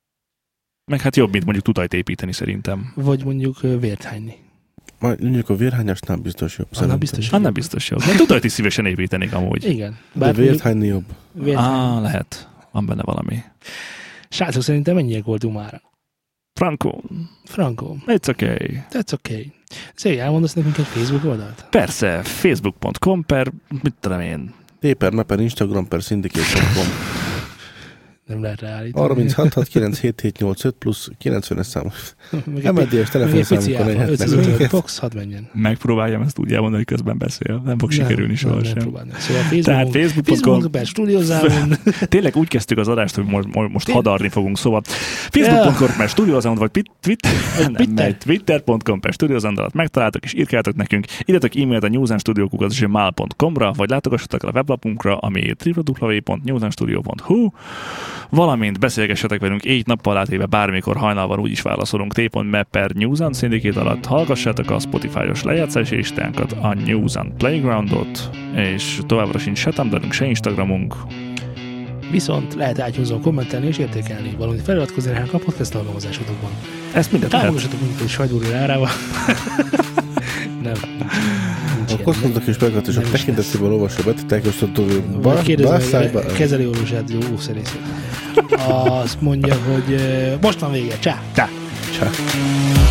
Meg hát jobb, mint mondjuk tutajt építeni szerintem. Vagy mondjuk ö, vért hányni. Majd mondjuk a vérhányasnál biztos jobb. Annál szerintem. biztos, hogy Hát nem jobb. biztos jobb. De tutajt is szívesen építenék amúgy. Igen. De mondjuk vérhányni jobb. vért Ah, lehet. Van benne valami. Srácok, szerintem mennyiek voltunk már? Franco, Franco, it's okay. that's okay. Zé, elmondasz nekünk egy Facebook oldalt? Persze, facebook pont com per, mit tudom én. T per ne per Instagram per syndicate pont com. Nem lehet ráállítani. harminchat hat kilenc hét hét nyolc öt plusz kilencvenes szám. Meg egy em dé es pi- meg egy pici telefonszámunkon áfa, egyhetnek ötször minket. box, hadd menjen. Megpróbáljam ezt úgy elmondani, hogy közben beszél. Nem fog sikerülni Nem, soha nem sem. próbálni. Szóval Facebook, Tehát facebook pont com Facebook per stúdiózámon. Tényleg úgy kezdtük az adást, hogy most, most hadarni fogunk, szóval facebook pont com per stúdiózámon, vagy pit- Twitter, nem, Twitter. megy, twitter pont com per stúdiózámon alatt megtaláltok, és írkáltok nekünk. Írjatok e-mailt a newsandstudio-kukat gmail pont com-ra, vagy látogassatok el a weblapunkra, ami double-u double-u double-u pont newsandstudio pont hu, valamint beszélgessetek velünk így nappal átéve bármikor hajnalban úgyis válaszolunk t pont me per Newsand Syndicate alatt. Hallgassátok a Spotify-os lejátszási listánkat, a Newsand Playgroundot, és továbbra sincs se Tumblrunk, se Instagramunk. Viszont lehet átnyúzóan kommentelni és értékelni, valamint feliratkozni rá a podcast alkalmazásotokban. Ezt mindent lehet. Támogassatok minket egy sajdúri árával. Nem, nincs, nincs A ilyen. koszmontok és meglehetősek Nem is tekintetében olvasó betétájékoztató Vagy kérdezem, bárszájba. hogy kezelőorvosát jó ószerészét. Azt mondja, hogy eh, most van vége. Csá! Tá. Csá.